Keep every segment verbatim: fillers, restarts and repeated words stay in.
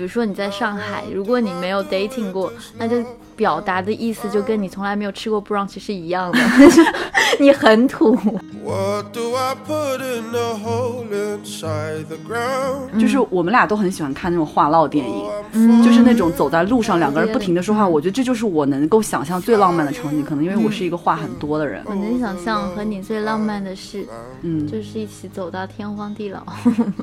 比如说你在上海，如果你没有 dating 过，那就表达的意思就跟你从来没有吃过 brunch 是一样的你很土。 就是我们俩都很喜欢看那种话唠电影、嗯、就是那种走在路上两个人不停的说话，我觉得这就是我能够想象最浪漫的场景，可能因为我是一个话很多的人、 嗯、我能想象和你最浪漫的事嗯，就是一起走到天荒地老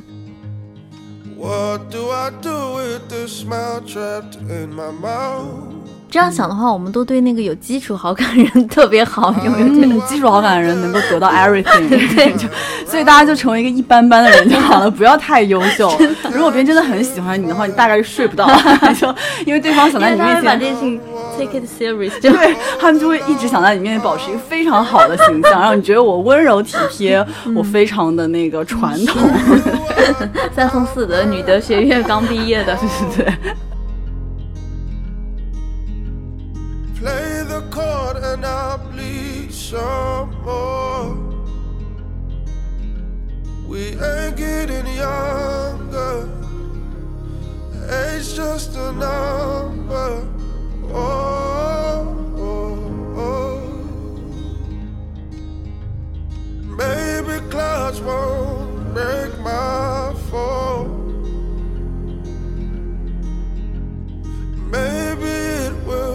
What do I do with the smile trapped in my mouth？ 这样想的话，我们都对那个有基础好感人特别好，有没有觉得、 嗯、基础好感的人能够得到 everything 对，所以大家就成为一个一般般的人就好了，不要太优秀。如果别人真的很喜欢你的话，你大概就睡不到就因为对方想在你面前把这件事情 take it serious， 对，他们就会一直想在你面前保持一个非常好的形象，让你觉得我温柔体贴、嗯、我非常的那个传统三从四德女德学院刚毕业的对对对。 Play the chord and I'll bleed some more. We ain't getting younger. Age just a number. Oh, oh, oh. Maybe clouds won't break my fall. Maybe it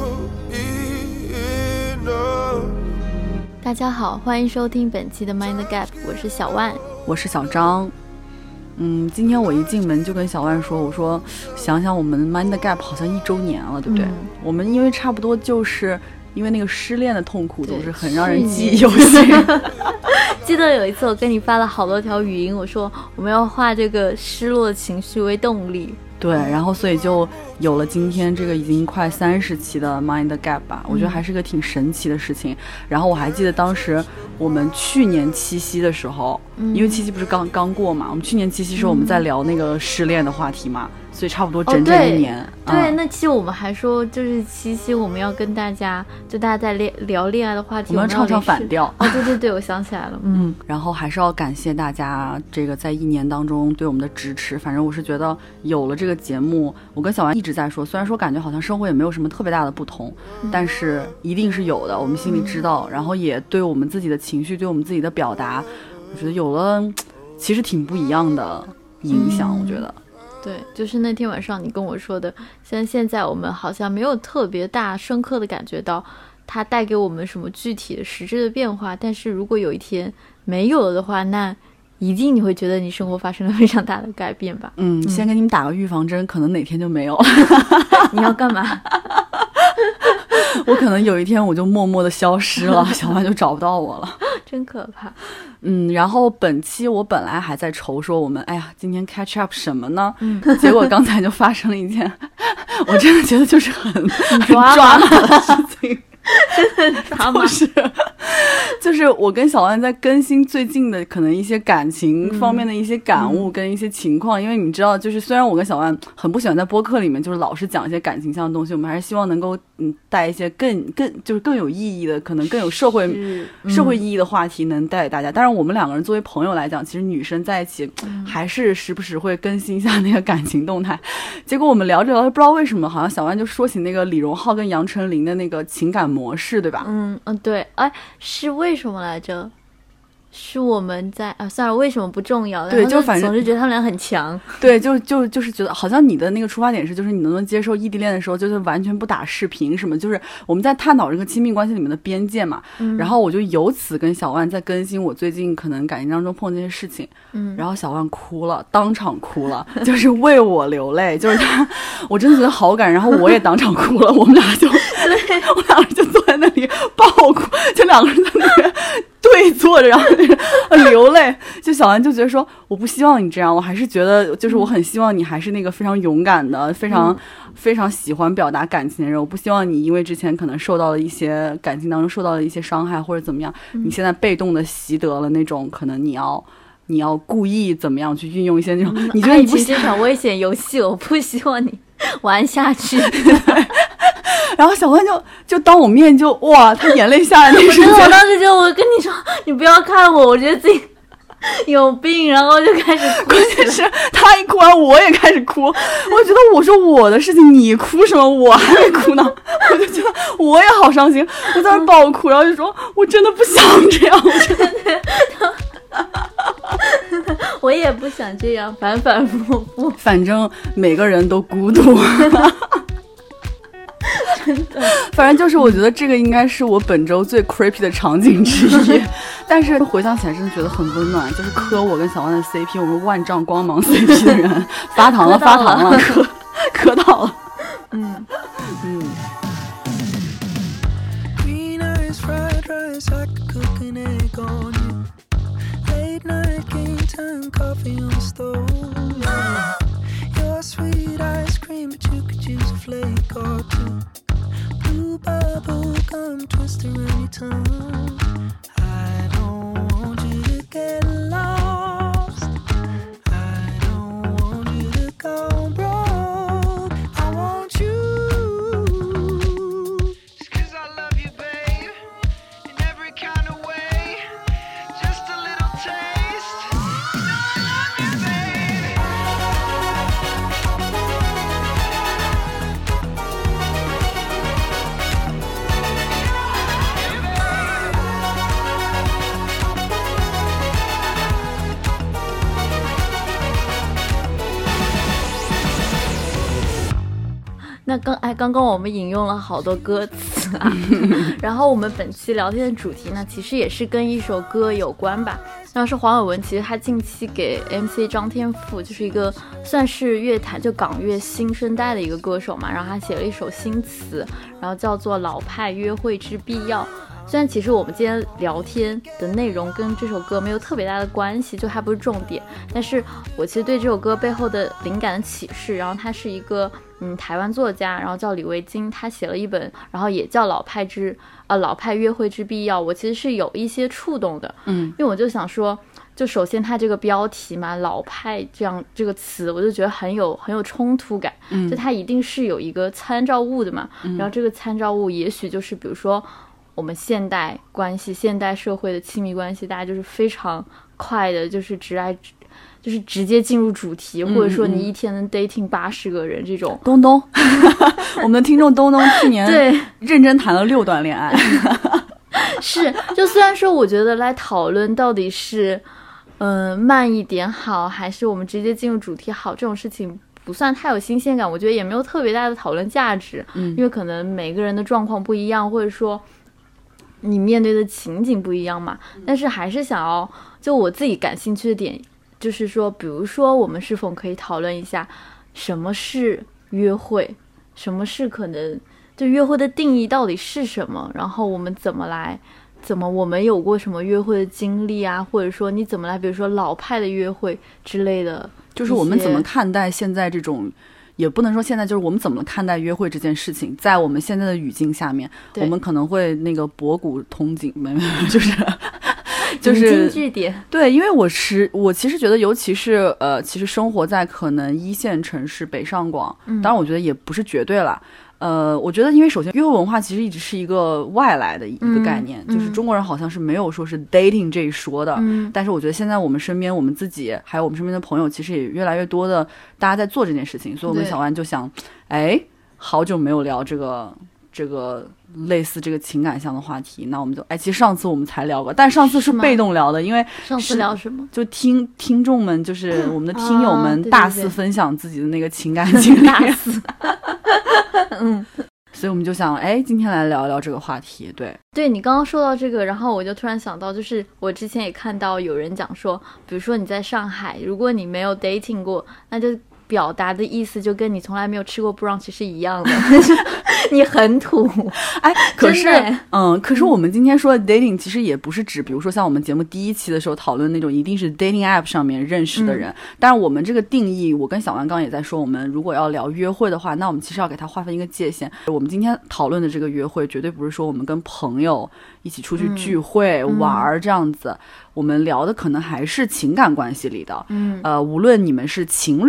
will. 大家好，欢迎收听本期的 Mind the Gap， 我是小万， 我是小张。嗯，今天我一进门就跟小万说，我说想想我们 Mind the Gap 好像一周年了，对不对、嗯、我们因为差不多就是因为那个失恋的痛苦总是很让人记忆犹新记得有一次我跟你发了好多条语音，我说我们要化这个失落的情绪为动力， 对，然后所以就有了今天这个已经快三十期的 Mind the Gap 吧，我觉得还是个挺神奇的事情、嗯、然后我还记得当时我们去年七夕的时候、嗯、因为七夕不是刚刚过嘛，我们去年七夕时候我们在聊那个失恋的话题嘛、嗯、所以差不多整整一年、 哦、对, 对、嗯、那期我们还说就是七夕我们要跟大家就大家在聊恋爱的话题， 我们要唱唱反调哦，对对对，我想起来了嗯， 然后还是要感谢大家这个在一年当中对我们的支持，反正我是觉得有了这个节目，我跟小王一直在说，虽然说感觉好像生活也没有什么特别大的不同、嗯、但是一定是有的，我们心里知道、嗯、然后也对我们自己的情绪对我们自己的表达我觉得有了其实挺不一样的影响、嗯、我觉得对，就是那天晚上你跟我说的，像现在我们好像没有特别大深刻的感觉到它带给我们什么具体的实质的变化，但是如果有一天没有了的话，那一定你会觉得你生活发生了非常大的改变吧。 嗯，先给你们打个预防针、嗯、可能哪天就没有了你要干嘛我可能有一天我就默默的消失了小万就找不到我了真可怕。 嗯，然后本期我本来还在愁说我们哎呀今天 catch up 什么呢、嗯、结果刚才就发生了一件我真的觉得就是很很抓马的事情真的抓马就是就是我跟小万在更新最近的可能一些感情方面的一些感悟跟一些情况、嗯、因为你知道就是虽然我跟小万很不喜欢在播客里面就是老是讲一些感情上的东西，我们还是希望能够嗯带一些更更就是更有意义的可能更有社会、嗯、社会意义的话题能带给大家。当然我们两个人作为朋友来讲，其实女生在一起还是时不时会更新一下那个感情动态、嗯、结果我们聊着聊着不知道为什么好像小万就说起那个李荣浩跟杨丞琳的那个情感模式，对吧？ 嗯嗯，对，哎，是为什么来着？是我们在啊，算了，为什么不重要？ 对，就反正总是觉得他们俩很强。 对，就就就是觉得好像你的那个出发点是，就是你能不能接受异地恋的时候，就是完全不打视频什么，就是我们在探讨这个亲密关系里面的边界嘛。嗯、然后我就由此跟小万在更新我最近可能感情当中碰见的事情。嗯，然后小万哭了，当场哭了，就是为我流泪，就是他，我真的觉得好感人，然后我也当场哭了，我们俩就，我两个人就坐在那里爆哭，就两个人在那边对坐着，然后流泪。就小兰就觉得说，我不希望你这样，我还是觉得就是我很希望你还是那个非常勇敢的、非常、嗯、非常喜欢表达感情的人。我不希望你因为之前可能受到了一些感情当中受到了一些伤害或者怎么样，嗯、你现在被动的习得了那种可能你要。你要故意怎么样去运用一些那种、嗯、你觉得你不这场危险游戏我不希望你玩下去然后小万就就当我面就哇他眼泪下来那瞬间我当时就我跟你说你不要看我，我觉得自己有病，然后就开始哭。 关键是他一哭完我也开始哭，我觉得我说我的事情你哭什么，我还没哭呢，我就觉得我也好伤心，我在那爆哭，然后就说我真的不想这样，我真的我也不想这样，反反复复， 反正每个人都孤独。 真的， 反正就是我觉得这个应该是我本周最 creepy 的场景之一，但是回想起来真的觉得很温暖，就是磕我跟小万的 C P， 我们万丈光芒 C P 的人发糖了发糖了，磕磕到了。 嗯嗯。 Green eyes, fried rice, I could cook an egg on you. Late night game time, coffee on the stove. Yeah. Your sweet ice cream, but you could use a flake or two. Blue bubble gum twist around your tongue. I don't want you to get lost. I don't want you to go broke. I want you. Just 'cause I love you, babe, in every kind of way. Just a little taste. You know I love you, baby. Yeah. 那刚哎，刚刚我们引用了好多歌词啊，然后我们本期聊天的主题呢，其实也是跟一首歌有关吧。那是黄伟文，其实他近期给 M C 张天赋，就是一个算是乐坛就港乐新生代的一个歌手嘛，然后他写了一首新词，然后叫做《老派约会之必要》。虽然其实我们今天聊天的内容跟这首歌没有特别大的关系，就还不是重点，但是我其实对这首歌背后的灵感的启示，然后他是一个嗯台湾作家，然后叫李维京，他写了一本，然后也叫老派之呃老派约会之必要，我其实是有一些触动的， 嗯， 因为我就想说，就首先它这个标题嘛，老派这样这个词，我就觉得很有很有冲突感， 嗯， 就它一定是有一个参照物的嘛， 嗯， 然后这个参照物也许就是比如说我们现代关系、现代社会的亲密关系，大家就是非常快的，就是直来，就是直接进入主题， 嗯、 或者说你一天能 dating 八十个人这种。 东东，我们的听众东东去年对认真谈了六段恋爱。 是，就虽然说我觉得来讨论到底是，嗯、呃，慢一点好，还是我们直接进入主题好，这种事情不算太有新鲜感，我觉得也没有特别大的讨论价值， 嗯， 因为可能每个人的状况不一样，或者说你面对的情景不一样嘛，但是还是想要就我自己感兴趣的点就是说，比如说我们是否可以讨论一下什么是约会，什么是可能就约会的定义到底是什么，然后我们怎么来怎么我们有过什么约会的经历啊，或者说你怎么来比如说老派的约会之类的， 就是我们怎么看待现在这种，也不能说现在，就是我们怎么看待约会这件事情，在我们现在的语境下面，我们可能会那个博古通今，没没就是就是引经据典。 对，因为我是我其实觉得，尤其是呃，其实生活在可能一线城市北上广， 嗯、 当然我觉得也不是绝对啦。呃，我觉得因为首先约会文化其实一直是一个外来的一个概念， 嗯、 就是中国人好像是没有说是 dating 这一说的， 嗯， 但是我觉得现在我们身边我们自己还有我们身边的朋友其实也越来越多的大家在做这件事情，所以我们小万就想，哎，好久没有聊这个这个类似这个情感向的话题，那我们就哎，其实上次我们才聊过，但上次是被动聊的，因为上次聊什么？ 就听听众们就是我们的听友们大肆分享自己的那个情感经历， 大肆，嗯， 所以我们就想，哎，今天来聊一聊这个话题。对， 对你刚刚说到这个，然后我就突然想到，就是我之前也看到有人讲说，比如说你在上海，如果你没有 dating 过，那就表达的意思就跟你从来没有吃过 brunch 是一样的，你很土。 哎，可是，嗯，可是我们今天说的 dating 其实也不是指，比如说像我们节目第一期的时候讨论那种一定是 dating app 上面认识的人。嗯、但是我们这个定义，我跟小万刚也在说，我们如果要聊约会的话，那我们其实要给它划分一个界限。我们今天讨论的这个约会，绝对不是说我们跟朋友一起出去聚会、嗯、玩这样子。我们聊的可能还是情感关系里的，嗯，呃，无论你们是情侣，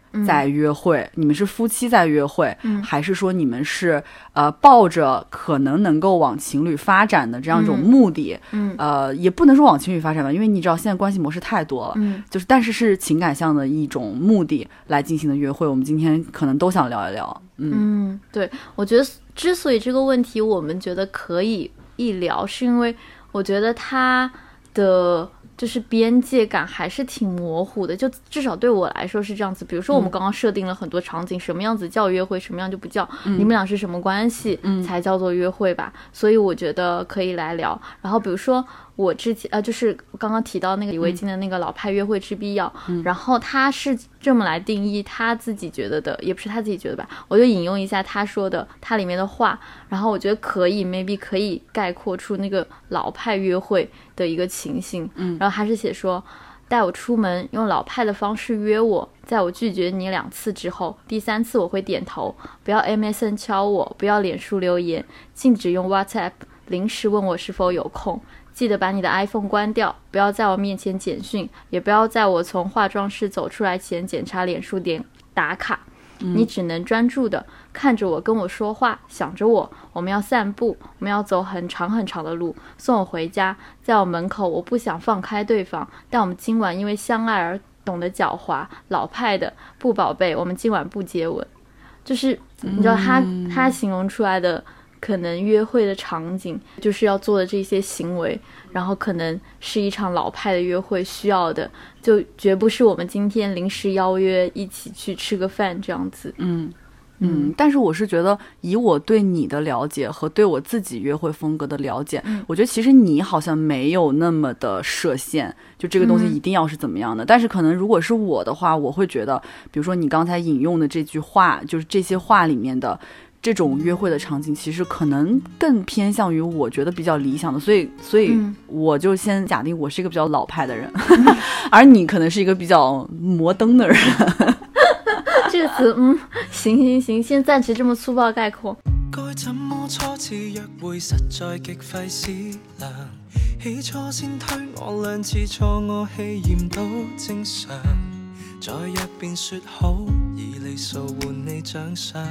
在约会、嗯、你们是夫妻在约会、 嗯、 还是说你们是呃抱着可能能够往情侣发展的这样一种目的， 嗯呃也不能说往情侣发展吧，因为你知道现在关系模式太多了， 嗯， 就是但是是情感上的一种目的来进行的约会，我们今天可能都想聊一聊。嗯嗯，对，我觉得之所以这个问题我们觉得可以一聊，是因为我觉得它的就是边界感还是挺模糊的，就至少对我来说是这样子。比如说我们刚刚设定了很多场景、嗯、什么样子叫约会，什么样就不叫、嗯、你们俩是什么关系、嗯、才叫做约会吧，所以我觉得可以来聊。然后比如说我之前呃，就是刚刚提到那个李维京的那个老派约会之必要、嗯、然后他是这么来定义他自己觉得的，也不是他自己觉得吧，我就引用一下他说的他里面的话，然后我觉得可以 maybe 可以概括出那个老派约会的一个情形。嗯，然后他是写说，带我出门，用老派的方式约我，在我拒绝你两次之后，第三次我会点头，不要 M S N 敲我，不要脸书留言，禁止用 WhatsApp， 临时问我是否有空，记得把你的 iPhone 关掉，不要在我面前简讯，也不要在我从化妆室走出来前检查脸书点打卡、嗯、你只能专注的看着我，跟我说话，想着我，我们要散步，我们要走很长很长的路，送我回家，在我门口，我不想放开对方，但我们今晚因为相爱而懂得狡猾，老派的，不宝贝，我们今晚不接吻。就是你知道他、嗯、他形容出来的可能约会的场景，就是要做的这些行为，然后可能是一场老派的约会需要的，就绝不是我们今天临时邀约一起去吃个饭这样子。嗯嗯，但是我是觉得以我对你的了解和对我自己约会风格的了解、嗯、我觉得其实你好像没有那么的设限，就这个东西一定要是怎么样的、嗯、但是可能如果是我的话，我会觉得比如说你刚才引用的这句话，就是这些话里面的这种约会的场景，其实可能更偏向于我觉得比较理想的，所以所以我就先假定我是一个比较老派的人、嗯、而你可能是一个比较摩登的人。 这个词嗯，行行行，先暂时这么粗暴概括。 該怎麼初次約會實在極費思量，起初先推我兩次錯，我氣焰都正常，再約便說好，以里數換你獎賞，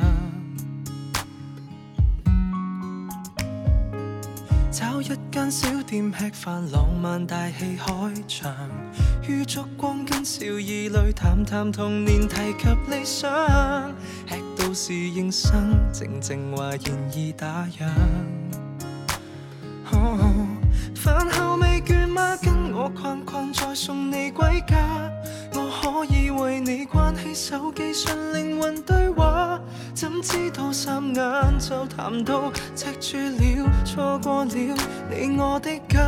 找一間小店吃飯，浪漫大戲開場，於燭光跟笑意裏談談童年，提及理想，吃到侍應生，靜靜話現已打烊、哦、飯後未倦嗎？跟我逛逛再送你歸家，我可以為你關起手機純靈魂對話，怎知道霎眼就談到赤柱了，錯過了你我的家，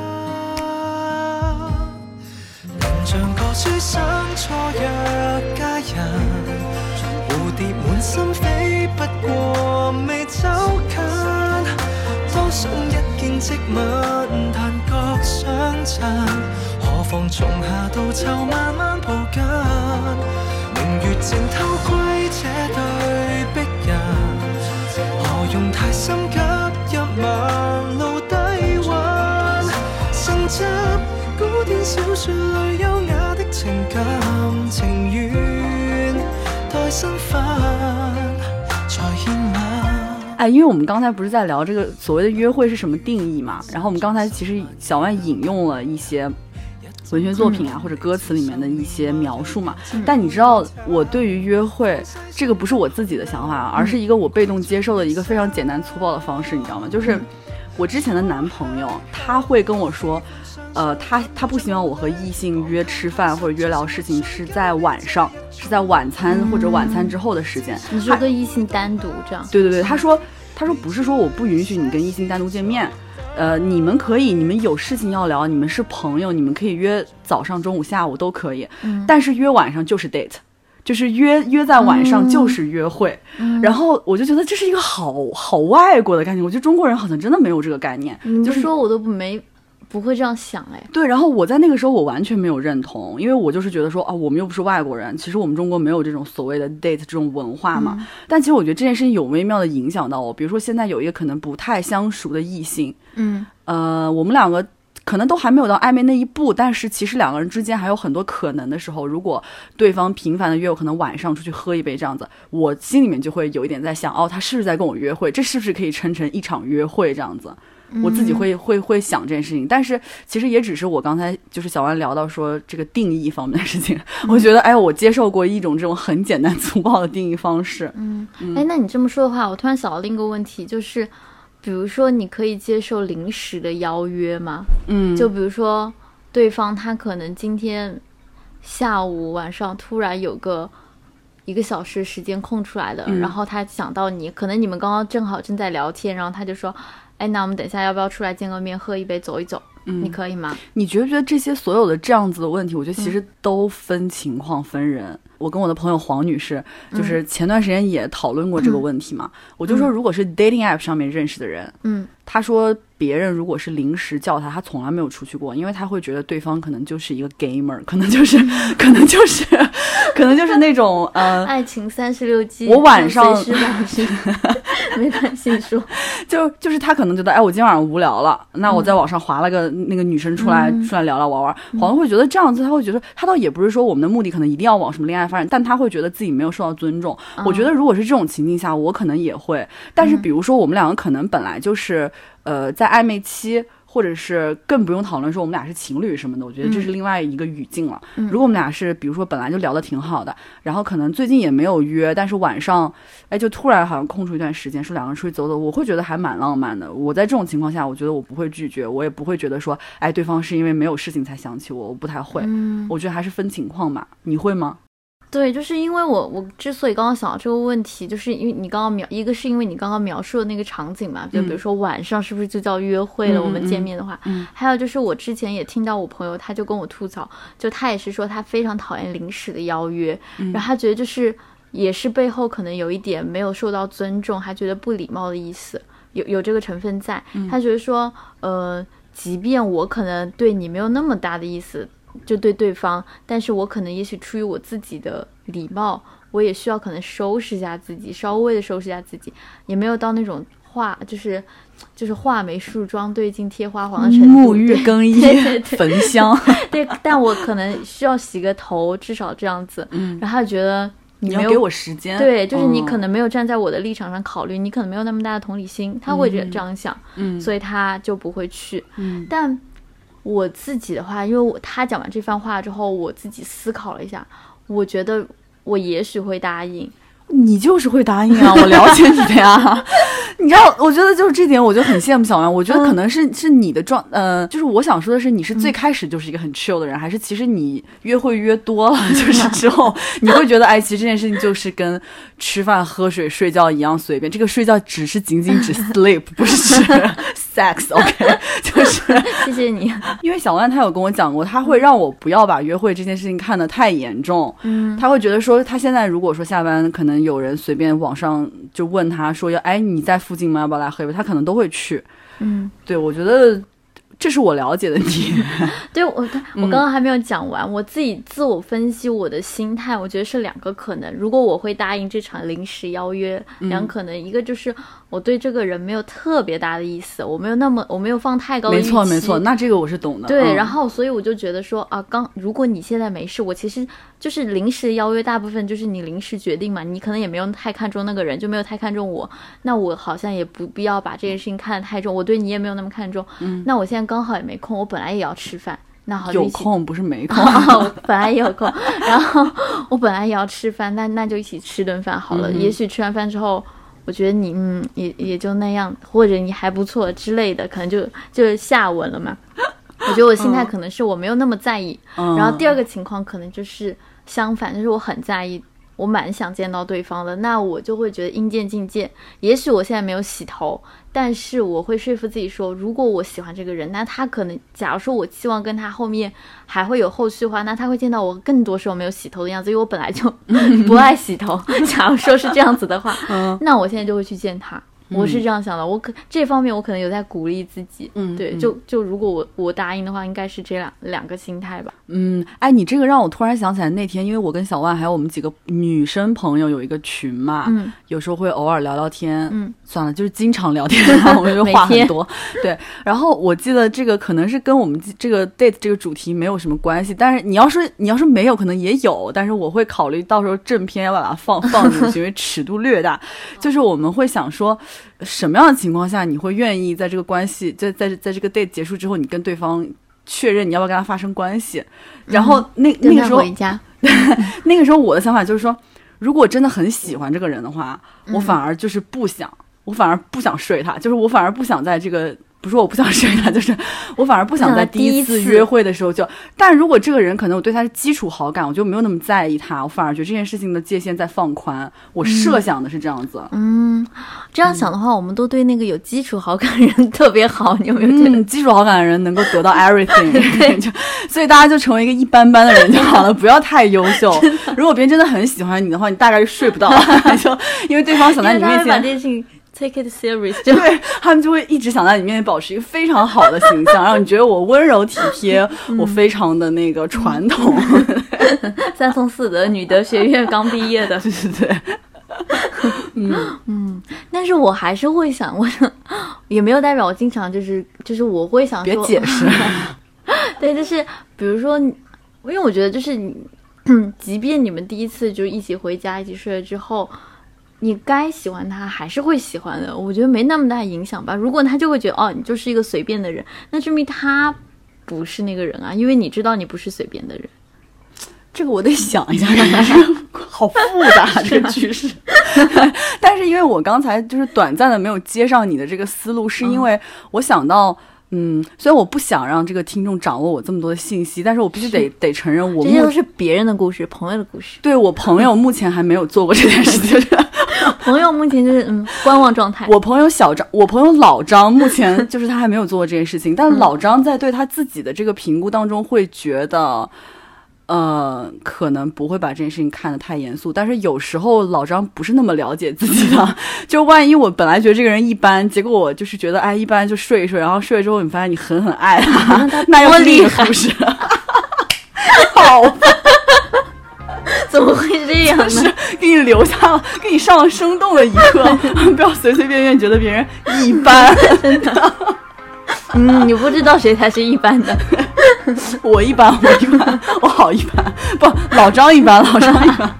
能像個書生錯約佳人，蝴蝶滿心飛，不過未走近，多想一見即吻，但覺相襯，何妨從夏到秋慢慢抱緊，明月正偷窺這對璧人，何用太心急入盲路低溫，承襲古典小說裏優雅的情感，情願待身份才獻吻。 哎，因为我们刚才不是在聊这个所谓的约会是什么定义嘛，然后我们刚才其实小万引用了一些文学作品啊、嗯、或者歌词里面的一些描述嘛、嗯、但你知道我对于约会这个不是我自己的想法、啊、而是一个我被动接受的一个非常简单粗暴的方式，你知道吗？就是我之前的男朋友他会跟我说呃，他他不希望我和异性约吃饭或者约聊事情是在晚上，是在晚餐或者晚餐之后的时间、 嗯、你说跟异性单独这样？ 对对对，他说他说不是说我不允许你跟异性单独见面，呃，你们可以，你们有事情要聊，你们是朋友，你们可以约早上、中午、下午都可以，嗯、但是约晚上就是 date， 就是约约在晚上就是约会、嗯。然后我就觉得这是一个好好外国的概念，我觉得中国人好像真的没有这个概念。 你就是说我都没不会这样想哎。 对，然后我在那个时候我完全没有认同，因为我就是觉得说啊，我们又不是外国人，其实我们中国没有这种所谓的 date 这种文化嘛、嗯。但其实我觉得这件事情有微妙的影响到我，比如说现在有一个可能不太相熟的异性，嗯，呃，我们两个可能都还没有到暧昧那一步，但是其实两个人之间还有很多可能的时候，如果对方频繁的约我，可能晚上出去喝一杯这样子，我心里面就会有一点在想，哦，他是不是在跟我约会？这是不是可以称成一场约会这样子？我自己会会会想这件事情，但是其实也只是我刚才就是小万聊到说这个定义方面的事情，嗯、我觉得哎，我接受过一种这种很简单粗暴的定义方式。 嗯，哎，那你这么说的话，我突然想到另一个问题，就是比如说你可以接受临时的邀约吗？嗯，就比如说对方他可能今天下午晚上突然有个一个小时时间空出来的、嗯、然后他想到你，可能你们刚刚正好正在聊天，然后他就说，哎，那我们等一下要不要出来见个面，喝一杯走一走、嗯、你可以吗？ 你觉不觉得这些所有的这样子的问题，我觉得其实都分情况分人、嗯、我跟我的朋友黄女士就是前段时间也讨论过这个问题嘛、嗯、我就说如果是 dating app 上面认识的人，嗯，他说别人如果是临时叫他，他从来没有出去过，因为他会觉得对方可能就是一个 gamer， 可能就是可能就是可能就是那种呃爱情三十六计， 我晚上随时晚事没关系说， 就就是他可能觉得哎我今天晚上无聊了，那我在网上划了个那个女生出来、嗯、出来聊聊玩玩，好像会觉得这样子，他会觉得他倒也不是说我们的目的可能一定要往什么恋爱发展，但他会觉得自己没有受到尊重、嗯、我觉得如果是这种情境下我可能也会，但是比如说我们两个可能本来就是呃，在暧昧期，或者是更不用讨论说我们俩是情侣什么的，我觉得这是另外一个语境了、嗯、如果我们俩是比如说本来就聊得挺好的，然后可能最近也没有约，但是晚上哎就突然好像空出一段时间说两个人出去走走，我会觉得还蛮浪漫的。我在这种情况下我觉得我不会拒绝，我也不会觉得说哎对方是因为没有事情才想起我，我不太会、嗯、我觉得还是分情况吧。你会吗？ 对，就是因为我我之所以刚刚想到这个问题，就是因为你刚刚描一个是因为你刚刚描述的那个场景嘛，就比如说晚上是不是就叫约会了、嗯、我们见面的话、嗯、还有就是我之前也听到我朋友他就跟我吐槽，就他也是说他非常讨厌临时的邀约、嗯、然后他觉得就是也是背后可能有一点没有受到尊重，还觉得不礼貌的意思，有有这个成分在、嗯、他觉得说呃，即便我可能对你没有那么大的意思，就对对方，但是我可能也许出于我自己的礼貌，我也需要可能收拾一下自己，稍微的收拾一下自己，也没有到那种画就是就是画眉梳妆对镜贴花黄的程度， 沐浴更衣焚香对，但我可能需要洗个头，至少这样子、嗯、然后他觉得你没有你要给我时间， 对，就是你可能没有站在我的立场上考虑、嗯、你可能没有那么大的同理心，他会这样想、嗯、所以他就不会去、嗯、但我自己的话，因为我他讲完这番话之后，我自己思考了一下，我觉得我也许会答应。 你就是会答应啊，我了解你的呀。你知道，我觉得就是这点，我就很羡慕小杨。我觉得可能是、嗯、是你的状，呃，就是我想说的是，你是最开始就是一个很 chill 的人，嗯、还是其实你约会约多了，就是之后你会觉得，哎，其实这件事情就是跟吃饭、喝水、睡觉一样随便。这个睡觉只是仅仅指 sleep， 不是指 sex。OK， 就是谢谢你。 因为小万他有跟我讲过，他会让我不要把约会这件事情看得太严重。嗯，他会觉得说，他现在如果说下班可能有人随便网上就问他说，哎，你在附近吗？要不要来喝一杯？他可能都会去。嗯，对，我觉得这是我了解的你。 对，我我刚刚还没有讲完、嗯、我自己自我分析我的心态，我觉得是两个可能。如果我会答应这场临时邀约、嗯、两可能，一个就是我对这个人没有特别大的意思，我没有那么我没有放太高的预期。 没错没错，那这个我是懂的。 对、 嗯、 然后所以我就觉得说啊，刚如果你现在没事，我其实就是临时邀约，大部分就是你临时决定嘛，你可能也没有太看重那个人，就没有太看重我，那我好像也不必要把这件事情看得太重，我对你也没有那么看重。嗯，那我现在刚好也没空，我本来也要吃饭，那好， 有空不是没空、 哦、我本来也有空，然后我本来也要吃饭，那那就一起吃顿饭好了、嗯、也许吃完饭之后我觉得你嗯也也就那样，或者你还不错之类的，可能就就是下文了嘛。我觉得我心态可能是我没有那么在意、嗯、然后第二个情况可能就是相反，就是我很在意，我蛮想见到对方的，那我就会觉得应见尽见。也许我现在没有洗头，但是我会说服自己说，如果我喜欢这个人，那他可能假如说我期望跟他后面还会有后续的话，那他会见到我更多时候没有洗头的样子，因为我本来就不爱洗头假如说是这样子的话、嗯、那我现在就会去见他。 我是这样想的，我可这方面我可能有在鼓励自己。 嗯， 对， 嗯就就如果我我答应的话，应该是这两两个心态吧。 嗯，哎，你这个让我突然想起来那天，因为我跟小万还有我们几个女生朋友有一个群嘛， 嗯， 有时候会偶尔聊聊天， 嗯， 算了，就是经常聊天，我们就话很多，对。然后我记得这个可能是跟我们这个 date 这个主题没有什么关系，但是你要说你要说没有，可能也有，但是我会考虑到时候正片要把它放放进去，因为尺度略大，就是我们会想说。什么样的情况下你会愿意在这个关系在在在这个 date 结束之后，你跟对方确认你要不要跟他发生关系？然后那、嗯、那个时候回家， 那个时候我的想法就是说，如果真的很喜欢这个人的话，我反而就是不想，嗯、我反而不想睡他，就是我反而不想在这个。不是我不想睡他，就是我反而不想在第一次约会的时候就。但如果这个人可能我对他是基础好感，我就没有那么在意他，我反而觉得这件事情的界限在放宽。我设想的是这样子。 嗯，这样想的话，嗯、我们都对那个有基础好感的人特别好，你有没有觉得？ 嗯，基础好感的人能够得到 everything， 对，所以大家就成为一个一般般的人就好了，不要太优秀。如果别人真的很喜欢你的话，你大概就睡不到，就因为对方想在你面前。 Take it serious， 对，他们就会一直想在你面前保持一个非常好的形象，让你觉得我温柔体贴，嗯、我非常的那个传统。 三从四德女德学院刚毕业的， 对对对。 嗯嗯，但是我还是会想，我也没有代表我经常就是就是我会想说， 别解释。 对，就是比如说，因为我觉得就是你，嗯，即便你们第一次就一起回家一起睡了之后。你该喜欢他还是会喜欢的，我觉得没那么大影响吧。如果他就会觉得哦，你就是一个随便的人，那证明他不是那个人啊，因为你知道你不是随便的人。 这个我得想一下，好复杂这个趋势。但是因为我刚才就是短暂的没有接上你的这个思路，是因为我想到。嗯，虽然我不想让这个听众掌握我这么多的信息，但是我必须得得承认我， 这些都是别人的故事，朋友的故事。 对，我朋友目前还没有做过这件事情。 朋友目前就是嗯观望状态。 我朋友小张，我朋友老张目前就是他还没有做过这件事情，但老张在对他自己的这个评估当中会觉得。呃，可能不会把这件事情看得太严肃，但是有时候老张不是那么了解自己的，就万一我本来觉得这个人一般，结果我就是觉得哎一般就睡一睡，然后睡了之后你发现你狠狠爱他，那又是另一个故事。好吧， 怎么会这样呢？ 就是给你留下了，给你上了生动的一课，不要随随便便觉得别人一般， 真的。嗯，你不知道谁才是一般的。 我一般，我一般，我好一般，不，老张一般，老张一般。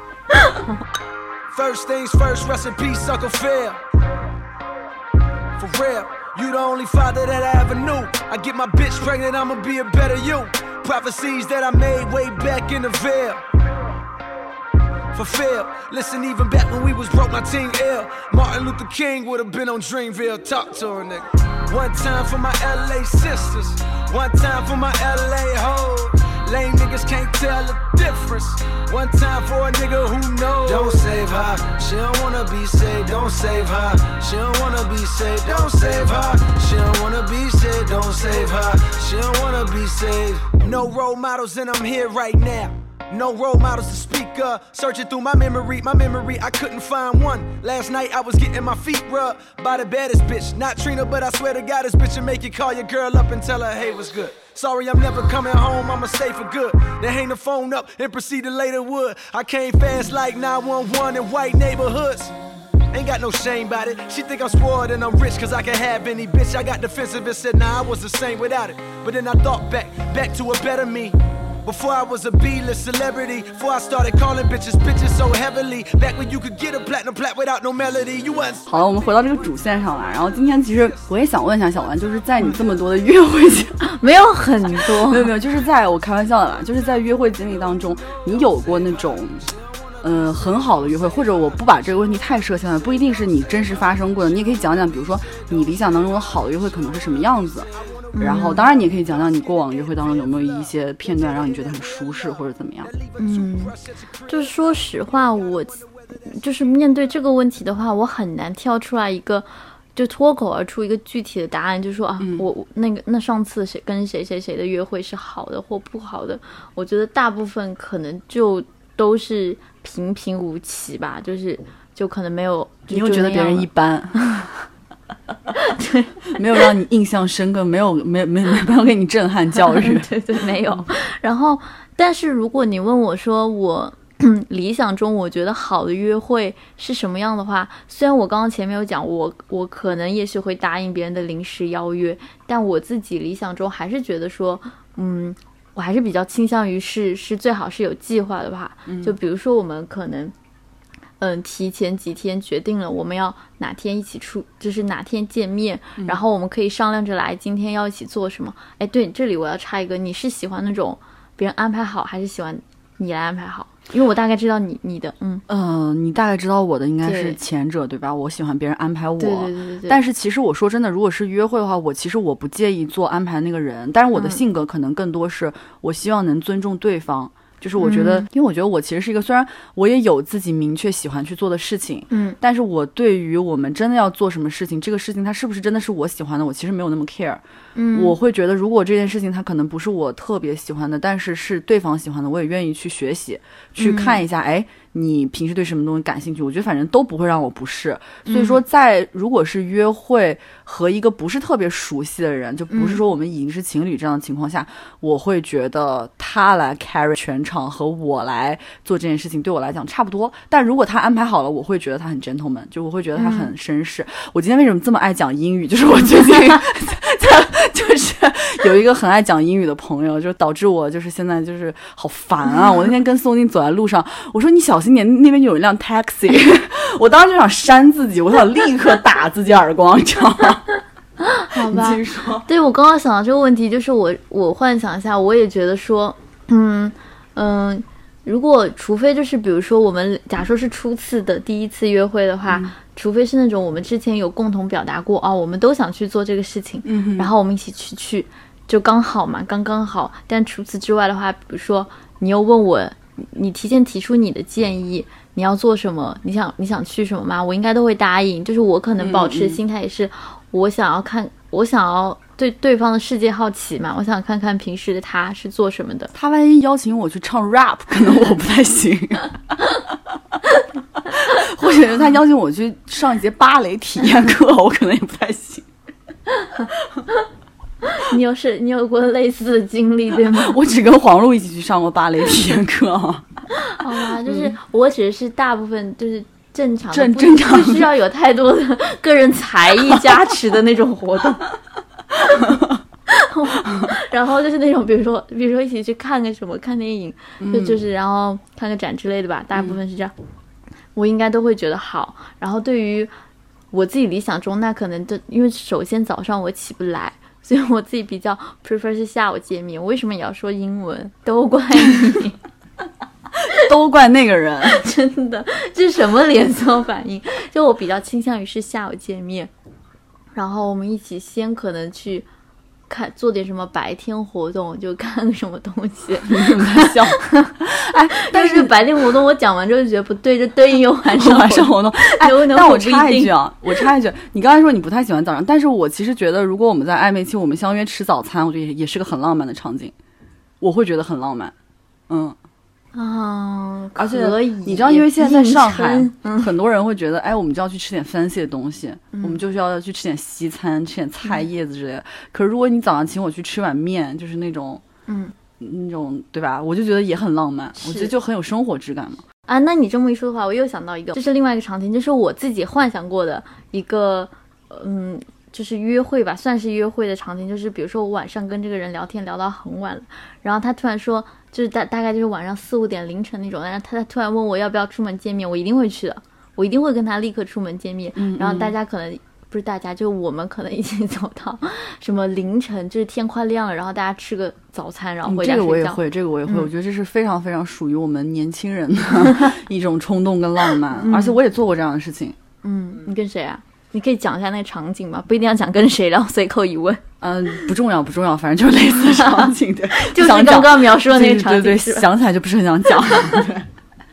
First things first, rest in peace, Uncle Phil. For real, you the only father that I ever knew. I get my bitch pregnant, I'ma be a better you. Prophecies that I made way back in the veil. Fulfilled. Listen, even back when we was broke, my team ill. Martin Luther King would have been on Dreamville. Talk to her, nigga. One time for my L A sisters. One time for my L A hoes. Lame niggas can't tell the difference. One time for a nigga who knows. Don't save her. She don't wanna be saved. Don't save her. She don't wanna be saved. Don't save her. She don't wanna be saved. Don't save her. She don't wanna be saved. No role models and I'm here right now.No role models to speak of. Searching through my memory, my memory, I couldn't find one. Last night I was getting my feet rubbed by the baddest bitch. Not Trina, but I swear to God, this bitch will make you call your girl up and tell her, hey, what's good? Sorry, I'm never coming home, I'ma stay for good. Then hang the phone up and proceed to lay the wood. I came fast like nine one one in white neighborhoods. Ain't got no shame about it. She think I'm spoiled and I'm rich cause I can have any bitch. I got defensive and said, nah, I was the same without it. But then I thought back, back to a better me.Before I was a B-list celebrity, before I started calling bitches bitches so heavily, back when you could get a platinum plat without no melody, you wasn't. 好了，我们回到这个主线上来。然后今天其实我也想问一下小丸，就是在你这么多的约会经， 没有很多， 没有没有，就是在我开玩笑的啦，就是在约会经历当中，你有过那种。呃，很好的约会，或者我不把这个问题太设限了，不一定是你真实发生过的，你也可以讲讲，比如说你理想当中的好的约会可能是什么样子。然后当然你也可以讲讲你过往约会当中有没有一些片段让你觉得很舒适或者怎么样。 嗯，就是说实话，我就是面对这个问题的话，我很难挑出来一个就脱口而出一个具体的答案，就说啊、嗯、我那个那上次谁跟谁谁谁的约会是好的或不好的。我觉得大部分可能就都是平平无奇吧，就是就可能没有， 你又觉得别人一般。 对， 没有让你印象深刻，没有没没没有给你震撼教育。 对对，没有。然后，但是如果你问我说我理想中我觉得好的约会是什么样的话，虽然我刚刚前面有讲我我可能也许会答应别人的临时邀约，但我自己理想中还是觉得说，嗯，我还是比较倾向于是是最好是有计划的吧。 嗯、 就比如说我们可能。嗯，提前几天决定了我们要哪天一起出，就是哪天见面，嗯、然后我们可以商量着来今天要一起做什么。哎，对，这里我要插一个，你是喜欢那种别人安排好，还是喜欢你来安排好？因为我大概知道你你的，嗯嗯、呃，你大概知道我的应该是前者 对, 对吧？我喜欢别人安排我， 对对对对对。 但是其实我说真的，如果是约会的话，我其实我不介意做安排那个人，但是我的性格可能更多是、嗯、我希望能尊重对方。就是我觉得、嗯、因为我觉得我其实是一个，虽然我也有自己明确喜欢去做的事情， 嗯， 但是我对于我们真的要做什么事情，这个事情它是不是真的是我喜欢的，我其实没有那么 care。 嗯， 我会觉得如果这件事情它可能不是我特别喜欢的，但是是对方喜欢的，我也愿意去学习，去看一下，哎、嗯，你平时对什么东西感兴趣，我觉得反正都不会让我不适。所以说在如果是约会和一个不是特别熟悉的人，就不是说我们已经是情侣这样的情况下、嗯、我会觉得他来 carry 全场和我来做这件事情对我来讲差不多。但如果他安排好了，我会觉得他很 gentleman， 就我会觉得他很绅士、嗯、我今天为什么这么爱讲英语，就是我最近就是有一个很爱讲英语的朋友，就导致我就是现在就是好烦啊。我那天跟宋宁走在路上，我说你小心点，那边有一辆 taxi 我当时就想扇自己，我想立刻打自己耳光，你知道吗？ 好吧， 你说。 对，我刚刚想到这个问题，就是我我幻想一下，我也觉得说嗯嗯，如果除非就是比如说我们假说是初次的第一次约会的话、嗯、除非是那种我们之前有共同表达过哦，我们都想去做这个事情、 嗯、 然后我们一起去去就刚好嘛，刚刚好。但除此之外的话，比如说你又问我，你提前提出你的建议，你要做什么，你想你想去什么吗？我应该都会答应。就是我可能保持的心态也是、嗯、我想要看，我想要对对方的世界好奇嘛，我想看看平时的他是做什么的。 他万一邀请我去唱 rap， 可能我不太行。或者是他邀请我去上一节芭蕾体验课，我可能也不太行。 你有是，你有过类似的经历对吗？ 我只跟黄璐一起去上过芭蕾体验课。好吧，就是我只是大部分就是正常的， 正正常不需要有太多的个人才艺加持的那种活动。然后就是那种比如说比如说一起去看个什么，看电影、嗯、就就是然后看个展之类的吧，大部分是这样、嗯、我应该都会觉得好。然后对于我自己理想中，那可能就因为首先早上我起不来，所以我自己比较 prefer 是下午见面。我为什么也要说英文？都怪你。 都怪那个人。 真的，这是什么连锁反应？就我比较倾向于是下午见面，然后我们一起先可能去看做点什么白天活动，就看个什么东西。 你怎么在笑？哎， 但是白天活动我讲完之后就觉得不对，这对应有晚上晚上活动。哎，但我插一句啊， 我插一句，你刚才说你不太喜欢早上，但是我其实觉得，如果我们在暧昧期，我们相约吃早餐，我觉得也也是个很浪漫的场景，我会觉得很浪漫。嗯。 啊， 而且可以， 你知道，因为现在在上海，嗯、很多人会觉得，哎，我们就要去吃点 fancy 的东西，嗯、我们就是要去吃点西餐，吃点菜叶子之类的。嗯、可是如果你早上请我去吃碗面，就是那种， 嗯， 那种对吧？我就觉得也很浪漫，我觉得就很有生活质感嘛。 啊，那你这么一说的话，我又想到一个，这是另外一个场景，就是我自己幻想过的一个，嗯。就是约会吧，算是约会的场景，就是比如说我晚上跟这个人聊天聊到很晚了，然后他突然说，就是大大概就是晚上四五点凌晨那种，但是他突然问我要不要出门见面，我一定会去的，我一定会跟他立刻出门见面。 嗯嗯， 然后大家可能不是大家，就我们可能已经走到什么凌晨，就是天快亮了，然后大家吃个早餐，然后回家睡觉。嗯、这个我也会，这个我也会、嗯，我觉得这是非常非常属于我们年轻人的一种冲动跟浪漫，嗯、而且我也做过这样的事情。 嗯，你跟谁啊？你可以讲一下那个场景吗？不一定要讲跟谁，然后随口一问。 嗯、呃，不重要，不重要，反正就是类似的场景，对， 就是刚刚描述的那个场景， 对对对，想起来就不是很想讲。对，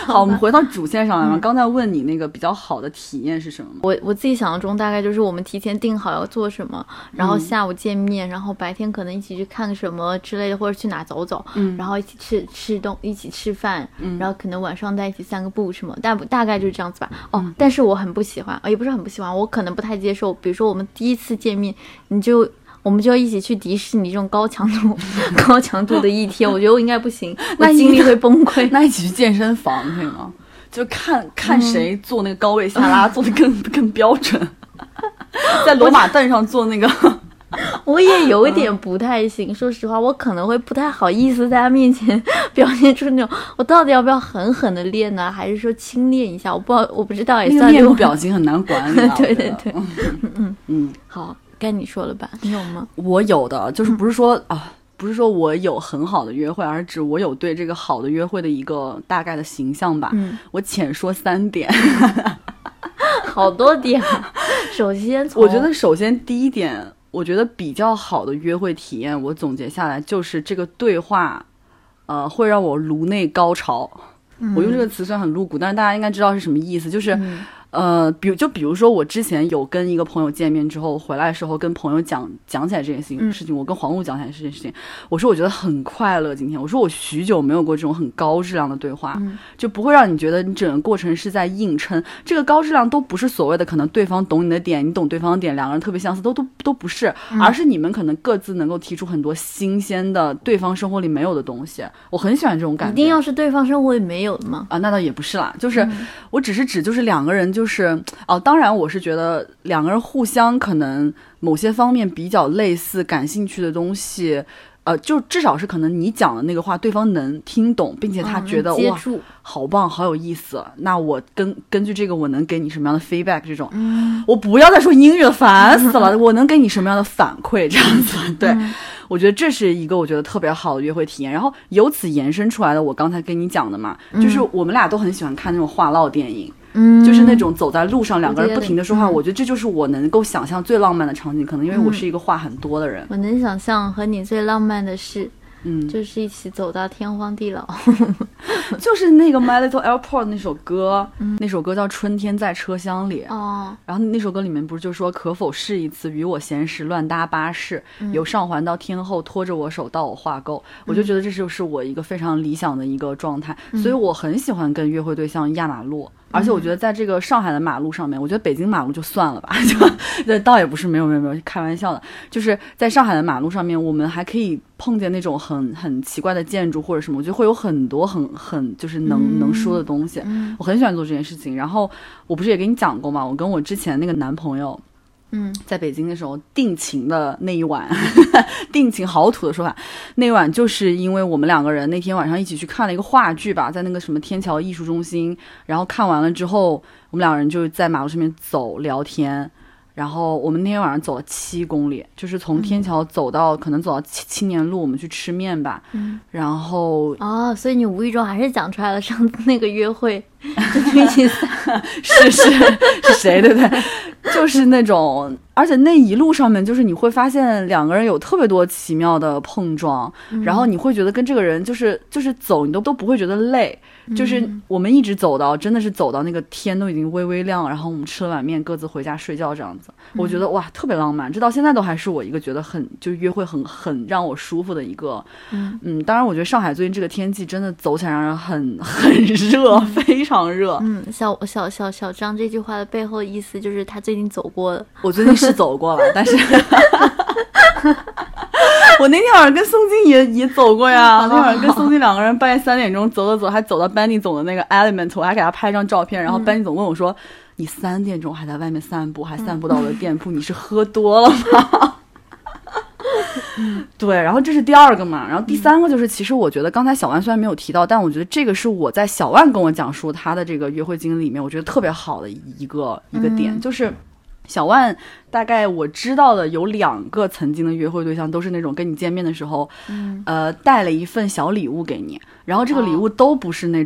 好，我们回到主线上来嘛。嗯、刚才问你那个比较好的体验是什么吗？ 我我自己想象中大概就是我们提前定好要做什么，然后下午见面，嗯、然后白天可能一起去看什么之类的，或者去哪走走，嗯，然后一起吃吃东，一起吃饭，嗯，然后可能晚上在一起散个步什么，大大概就是这样子吧。哦，嗯、但是我很不喜欢，也不是很不喜欢，我可能不太接受。比如说我们第一次见面，你就。我们就要一起去迪士尼这种高强度、高强度的一天，我觉得我应该不行，我精力会崩溃。 那一起去健身房可以吗？就看看谁做那个高位下拉、嗯、做的更更标准，在罗马凳上做那个。 我也有一点不太行，说实话，我可能会不太好意思在他面前表现出那种，我到底要不要狠狠的练呢，还是说轻练一下？我不知道，我不知道也算。 那个面部表情很难管理、啊。 对对对， 嗯嗯嗯，好。该你说了吧？你有吗？ 我有的，就是不是说、嗯、啊，不是说我有很好的约会，而是指我有对这个好的约会的一个大概的形象吧。嗯，我浅说三点， 好多点。首先从， 我觉得首先第一点，我觉得比较好的约会体验，我总结下来就是这个对话，呃，会让我颅内高潮。嗯、我用这个词虽然很露骨，但是大家应该知道是什么意思，就是。嗯呃，比如就比如说，我之前有跟一个朋友见面之后，回来的时候跟朋友讲讲起来这件事情，嗯、事情，我跟黄璐讲起来这件事情，我说我觉得很快乐。今天我说我许久没有过这种很高质量的对话，嗯、就不会让你觉得你整个过程是在硬撑。这个高质量都不是所谓的可能对方懂你的点，你懂对方的点，两个人特别相似，都都都不是，嗯、而是你们可能各自能够提出很多新鲜的对方生活里没有的东西。我很喜欢这种感觉。 一定要是对方生活里没有的吗？ 啊，那倒也不是啦，就是、嗯、我只是指就是两个人就是哦。当然我是觉得两个人互相可能某些方面比较类似感兴趣的东西，呃，就至少是可能你讲的那个话对方能听懂，并且他觉得、 嗯、 哇好棒好有意思，那我根根据这个我能给你什么样的 feedback 这种、嗯、我不要再说英语了，烦死了、嗯、我能给你什么样的反馈这样子。对、嗯、我觉得这是一个我觉得特别好的约会体验。然后由此延伸出来的我刚才跟你讲的嘛、嗯、就是我们俩都很喜欢看那种话唠电影，嗯，就是那种走在路上两个人不停的说话， 我, 我觉得这就是我能够想象最浪漫的场景，可能因为我是一个话很多的人、嗯、 我能想象和你最浪漫的事嗯，就是一起走到天荒地老就是那个 My Little Airport 那首歌、嗯、那首歌叫春天在车厢里哦，然后那首歌里面不是就说可否试一次与我闲时乱搭巴士、嗯、由上环到天后拖着我手到我画够、嗯、我就觉得这就是我一个非常理想的一个状态、嗯、所以我很喜欢跟约会对象压马路，而且我觉得在这个上海的马路上面，我觉得北京马路就算了吧，就倒也不是没有没有没有开玩笑的，就是在上海的马路上面，我们还可以碰见那种很很奇怪的建筑或者什么，我觉得会有很多很很就是能、嗯、能说的东西、嗯，我很喜欢做这件事情。然后我不是也跟你讲过嘛，我跟我之前那个男朋友。嗯，在北京的时候定情的那一晚定情好土的说法，那一晚就是因为我们两个人那天晚上一起去看了一个话剧吧，在那个什么天桥艺术中心，然后看完了之后我们两个人就在马路上面走聊天，然后我们那天晚上走了七公里，就是从天桥走到、嗯、可能走到青年路，我们去吃面吧、嗯、然后哦，所以你无意中还是讲出来了上次那个约会就是一起是是是谁对不对，就是那种，而且那一路上面就是你会发现两个人有特别多奇妙的碰撞、嗯、然后你会觉得跟这个人就是就是走你都都不会觉得累、嗯、就是我们一直走到真的是走到那个天都已经微微亮，然后我们吃了碗面各自回家睡觉这样子、嗯、我觉得哇特别浪漫，这到现在都还是我一个觉得很就是约会很很让我舒服的一个嗯嗯，当然我觉得上海最近这个天气真的走起来让人很很热、嗯、非常热。 嗯，小小小小张这句话的背后意思就是他最近走过了。 我最近是走过了，但是我那天晚上跟宋晶也也走过呀。那天晚上跟宋晶两个人半夜三点钟走走走，还走到班尼总的那个 Element， 我还给他拍张照片。然后班尼总问我说：“嗯、你三点钟还在外面散步，还散步到我的店铺，嗯、你是喝多了吗？”对，然后这是第二个嘛，然后第三个就是，其实我觉得刚才小万虽然没有提到，但我觉得这个是我在小万跟我讲述他的这个约会经历里面，我觉得特别好的一个一个点，就是小万大概我知道的有两个曾经的约会对象都是那种跟你见面的时候，嗯、呃，带了一份小礼物给你，然后这个礼物都不是那种。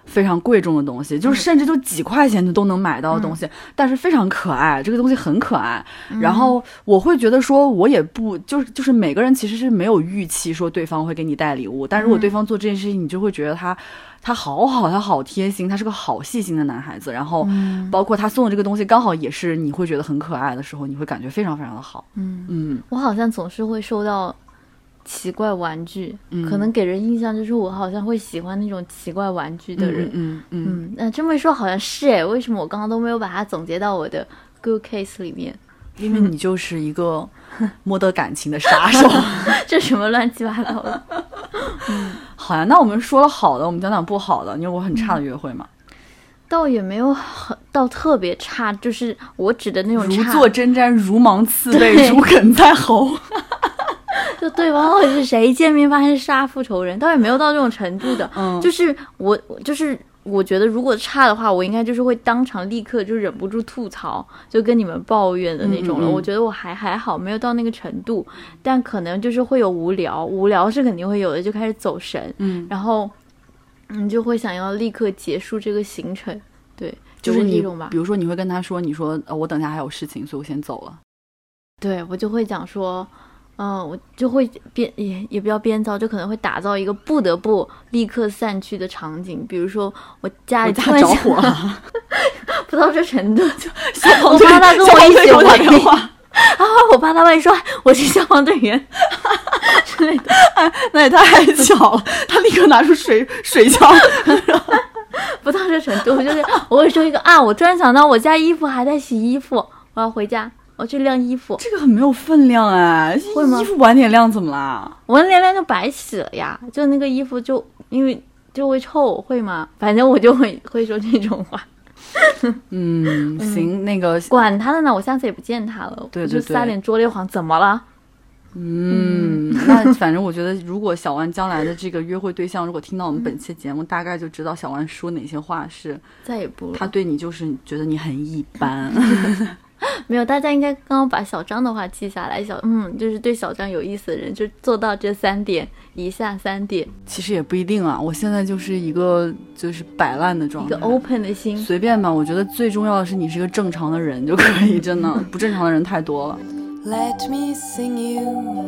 非常贵重的东西，就是甚至就几块钱就都能买到的东西、嗯、但是非常可爱，这个东西很可爱、嗯、然后我会觉得说我也不就是就是每个人其实是没有预期说对方会给你带礼物，但如果对方做这件事情、嗯、你就会觉得他他好好，他好贴心，他是个好细心的男孩子，然后包括他送的这个东西刚好也是你会觉得很可爱的时候，你会感觉非常非常的好。 嗯嗯， 我好像总是会收到奇怪玩具、嗯、可能给人印象就是我好像会喜欢那种奇怪玩具的人。 嗯嗯嗯， 那、嗯、这么一说好像是诶，为什么我刚刚都没有把它总结到我的 good case 里面？ 因为你就是一个摸得感情的杀手。 这什么乱七八糟的。 嗯，好呀，那我们说了好的，我们讲讲不好的。你有过很差的约会吗？ 嗯、倒也没有很到特别差，就是我指的那种差， 如坐针毡，如芒刺背，如鲠在喉。 就对方到底是谁，见面发现是杀父仇人，倒也没有到这种程度的。 嗯， 就是我就是我觉得如果差的话，我应该就是会当场立刻就忍不住吐槽，就跟你们抱怨的那种了。嗯嗯嗯，我觉得我还还好，没有到那个程度，但可能就是会有无聊，无聊是肯定会有的，就开始走神。 嗯， 然后你就会想要立刻结束这个行程。对， 就是这种吧。 比如说你会跟他说，你说、呃、我等下还有事情，所以我先走了。 对，我就会讲说。嗯，我就会编也也不要编造，就可能会打造一个不得不立刻散去的场景，比如说我家里突然着火了， 不到这程度，就我怕他跟我一起打电话， 啊，我怕他万一说我是消防队员之类的， 哎，那也太巧了，他立刻拿出水水枪， 不到这程度，就是我会说一个啊，我突然想到我家衣服还在洗衣服，我要回家。我去晾衣服， 这个很没有分量哎， 会吗？ 衣服晚点晾怎么啦？ 晚点晾就白洗了呀，就那个衣服就因为就会臭，会吗？反正我就会会说这种话。 嗯，行，那个管他的呢，我下次也不见他了， 对对对， 就撒点拙劣谎，怎么了？ 嗯，那反正我觉得，如果小万将来的这个约会对象，如果听到我们本期节目，嗯、大概就知道小万说哪些话是再也不， 他对你就是觉得你很一般。 没有，大家应该刚刚把小张的话记下来。小嗯，就是对小张有意思的人，就做到这三点，以下三点。 其实也不一定啊，我现在就是一个就是摆烂的状态， 一个 open 的心， 随便吧。我觉得最重要的是你是一个正常的人就可以，真的不正常的人太多了。 Let me sing you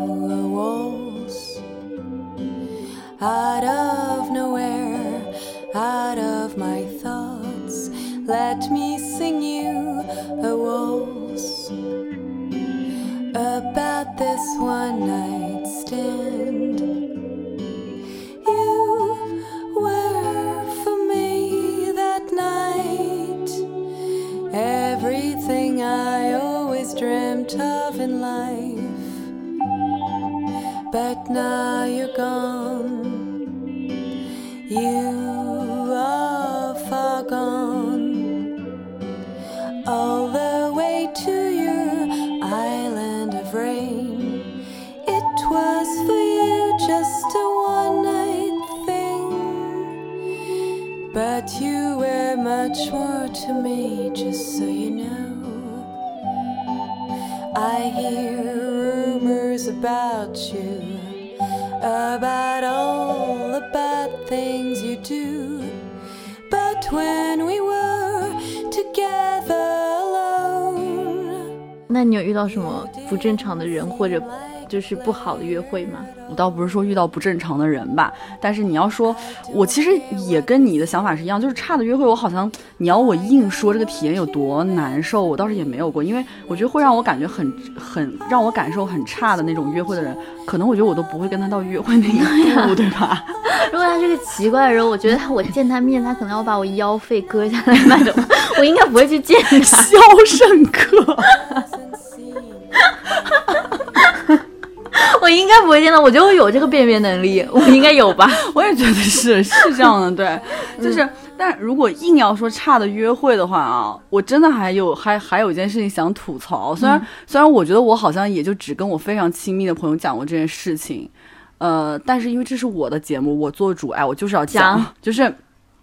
a waltz out of nowhere, out of my thoughts. Let me sing you a waltz about this one night stand. You were for me that night, everything I always dreamt of in life. But now you're gone, you are far gone.All the way to your island of rain. It was for you just a one-night thing, but you were much more to me, just so you know. I hear rumors about you, about all the bad things you do, but when we were together, 那你有遇到什么不正常的人或者就是不好的约会吗？ 我倒不是说遇到不正常的人吧，但是你要说我其实也跟你的想法是一样，就是差的约会我好像你要我硬说这个体验有多难受，我倒是也没有过，因为我觉得会让我感觉很很让我感受很差的那种约会的人，可能我觉得我都不会跟他到约会那一步，对吧？ 如果他是个奇怪的人，我觉得他我见他面他可能要把我腰肺割下来那种，我应该不会去见他。 肖申克我应该不会见到，我就会有这个辨别能力，我应该有吧？ 我也觉得是是这样的，对，就是，嗯、但如果硬要说差的约会的话啊，我真的还有还还有一件事情想吐槽，虽然、嗯、虽然我觉得我好像也就只跟我非常亲密的朋友讲过这件事情，呃，但是因为这是我的节目，我做主，哎，我就是要讲，讲就是。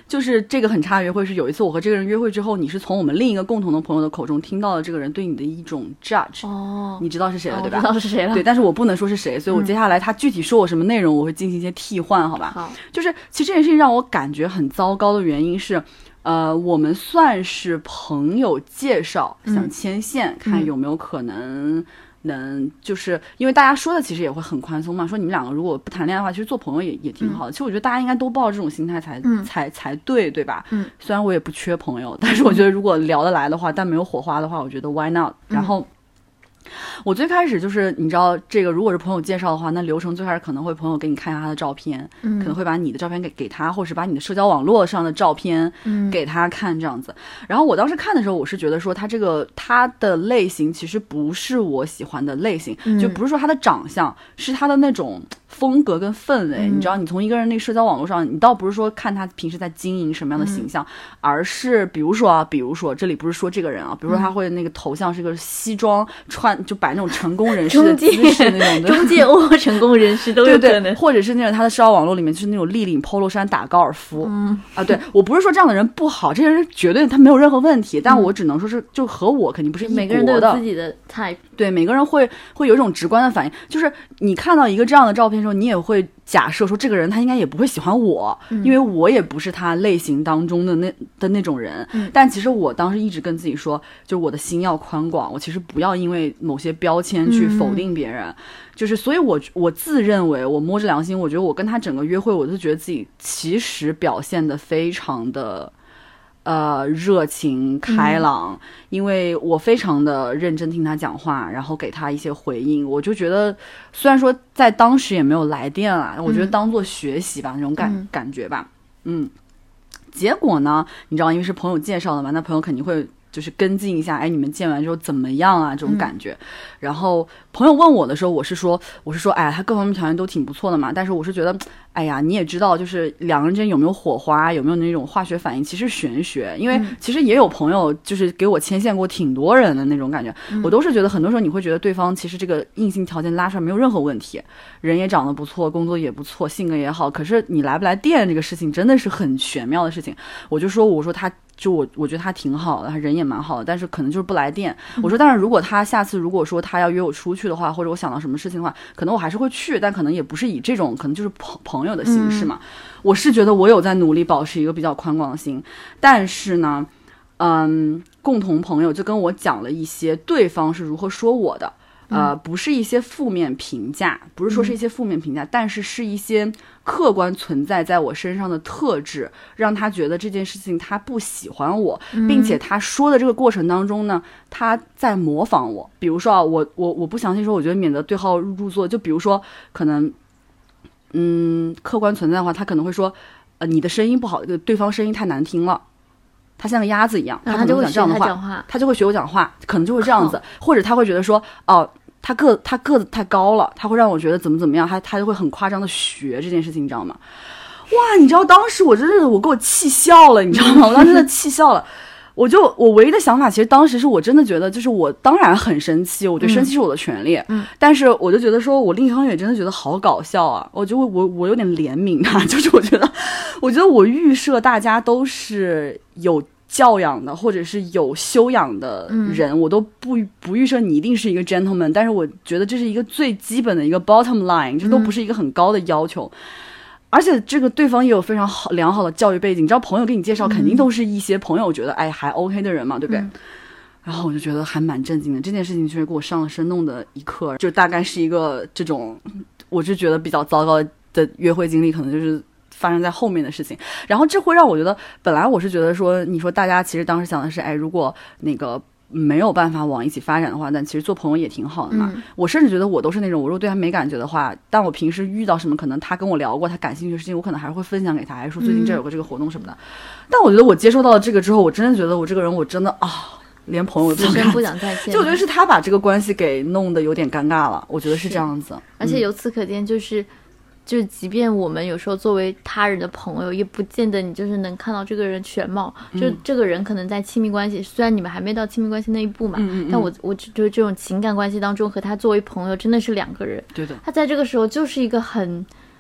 就是这个很差的约会是有一次我和这个人约会之后，你是从我们另一个共同的朋友的口中听到了这个人对你的一种 judge。 哦， 你知道是谁了、 哦、 对吧？ 我知道是谁了。 对，但是我不能说是谁，所以我接下来他具体说我什么内容，我会进行一些替换，好吧？ 好， 就是其实这件事情让我感觉很糟糕的原因是。呃，我们算是朋友介绍，想牵线，嗯、看有没有可能能，就是因为大家说的其实也会很宽松嘛，说你们两个如果不谈恋爱的话，其实做朋友也也挺好的。嗯、其实我觉得大家应该都抱着这种心态才、嗯、才才对，对吧？嗯。虽然我也不缺朋友，但是我觉得如果聊得来的话，但没有火花的话，我觉得 why not？、嗯、然后。我最开始就是你知道这个如果是朋友介绍的话，那流程最开始可能会朋友给你看一下他的照片、嗯、可能会把你的照片给给他，或是把你的社交网络上的照片给他看这样子、嗯、然后我当时看的时候我是觉得说他这个他的类型其实不是我喜欢的类型、嗯、就不是说他的长相，是他的那种风格跟氛围、嗯、你知道你从一个人那个社交网络上你倒不是说看他平时在经营什么样的形象、嗯、而是比如说啊比如说这里不是说这个人啊，比如说他会那个头像是个西装穿就摆那种成功人士的姿势那种的中介或成功人士都有可能， 对对，或者是那种他的社交网络里面就是那种立领 polo 衫打高尔夫、嗯、啊，对，我不是说这样的人不好，这些人绝对他没有任何问题，但我只能说是就和我肯定不是一国的， 每个人都有自己的 type， 对，每个人会会有一种直观的反应，就是你看到一个这样的照片的时候，你也会假设说这个人他应该也不会喜欢我、嗯、因为我也不是他类型当中的那的那种人、嗯、但其实我当时一直跟自己说，就是我的心要宽广，我其实不要因为某些标签去否定别人、嗯、就是所以我我自认为我摸着良心，我觉得我跟他整个约会我就觉得自己其实表现得非常的呃，热情开朗、嗯、因为我非常的认真听他讲话，然后给他一些回应，我就觉得虽然说在当时也没有来电啊、嗯、我觉得当做学习吧那种感、嗯、感觉吧。嗯，结果呢你知道因为是朋友介绍的嘛，那朋友肯定会就是跟进一下，哎，你们见完之后怎么样啊？这种感觉。嗯、然后朋友问我的时候，我是说，我是说，哎，他各方面条件都挺不错的嘛。但是我是觉得，哎呀，你也知道，就是两个人之间有没有火花，有没有那种化学反应，其实玄学。因为其实也有朋友就是给我牵线过挺多人的那种感觉，嗯、我都是觉得很多时候你会觉得对方其实这个硬性条件拉出来没有任何问题，人也长得不错，工作也不错，性格也好，可是你来不来电这个事情真的是很玄妙的事情。我就说，我说他。就我我觉得他挺好的，他人也蛮好的，但是可能就是不来电。嗯、我说，但是如果他下次如果说他要约我出去的话，或者我想到什么事情的话，可能我还是会去，但可能也不是以这种可能就是朋朋友的形式嘛。嗯、我是觉得我有在努力保持一个比较宽广的心，但是呢，嗯，共同朋友就跟我讲了一些对方是如何说我的。呃，不是一些负面评价，不是说是一些负面评价、嗯、但是是一些客观存在在我身上的特质，让他觉得这件事情他不喜欢我、嗯、并且他说的这个过程当中呢，他在模仿我。比如说啊，我我我不详细说，我觉得免得对号入座。就比如说可能嗯，客观存在的话，他可能会说呃，你的声音不好，对方声音太难听了，他像个鸭子一样，他可能讲这样的话，他, 话他就会学我讲话，可能就会这样子，或者他会觉得说，哦，他个他个子太高了，他会让我觉得怎么怎么样，他他就会很夸张的学这件事情，你知道吗？哇，你知道当时我真的我给我气笑了，你知道吗？我当时真的气笑了。我就我唯一的想法，其实当时是我真的觉得，就是我当然很生气，我觉得生气是我的权利，嗯，但是我就觉得说，我另一方面也真的觉得好搞笑啊，我就我我有点怜悯他，就是我觉得，我觉得我预设大家都是有教养的，或者是有修养的人，嗯、我都不不预设你一定是一个 gentleman， 但是我觉得这是一个最基本的一个 bottom line， 这都不是一个很高的要求。嗯，而且这个对方也有非常好良好的教育背景，你知道朋友给你介绍肯定都是一些朋友觉得、嗯、哎还 OK 的人嘛，对不对？嗯、然后我就觉得还蛮震惊的，这件事情确实给我上了生动的一课，就大概是一个这种我就觉得比较糟糕的约会经历，可能就是发生在后面的事情。然后这会让我觉得，本来我是觉得说，你说大家其实当时想的是，哎，如果那个没有办法往一起发展的话，但其实做朋友也挺好的嘛。嗯、我甚至觉得我都是那种，我如果对他没感觉的话，但我平时遇到什么可能他跟我聊过他感兴趣的事情，我可能还是会分享给他，还是说最近这有个这个活动什么的。嗯、但我觉得我接受到了这个之后，我真的觉得我这个人我真的啊，连朋友都不想再见。 就我觉得是他把这个关系给弄得有点尴尬了，我觉得是这样子。 而且由此可见，就是。就是即便我们有时候作为他人的朋友，也不见得你就是能看到这个人全貌。嗯、就这个人可能在亲密关系，虽然你们还没到亲密关系那一步嘛，嗯嗯嗯但我我就是这种情感关系当中和他作为朋友真的是两个人。 对的。 他在这个时候就是一个很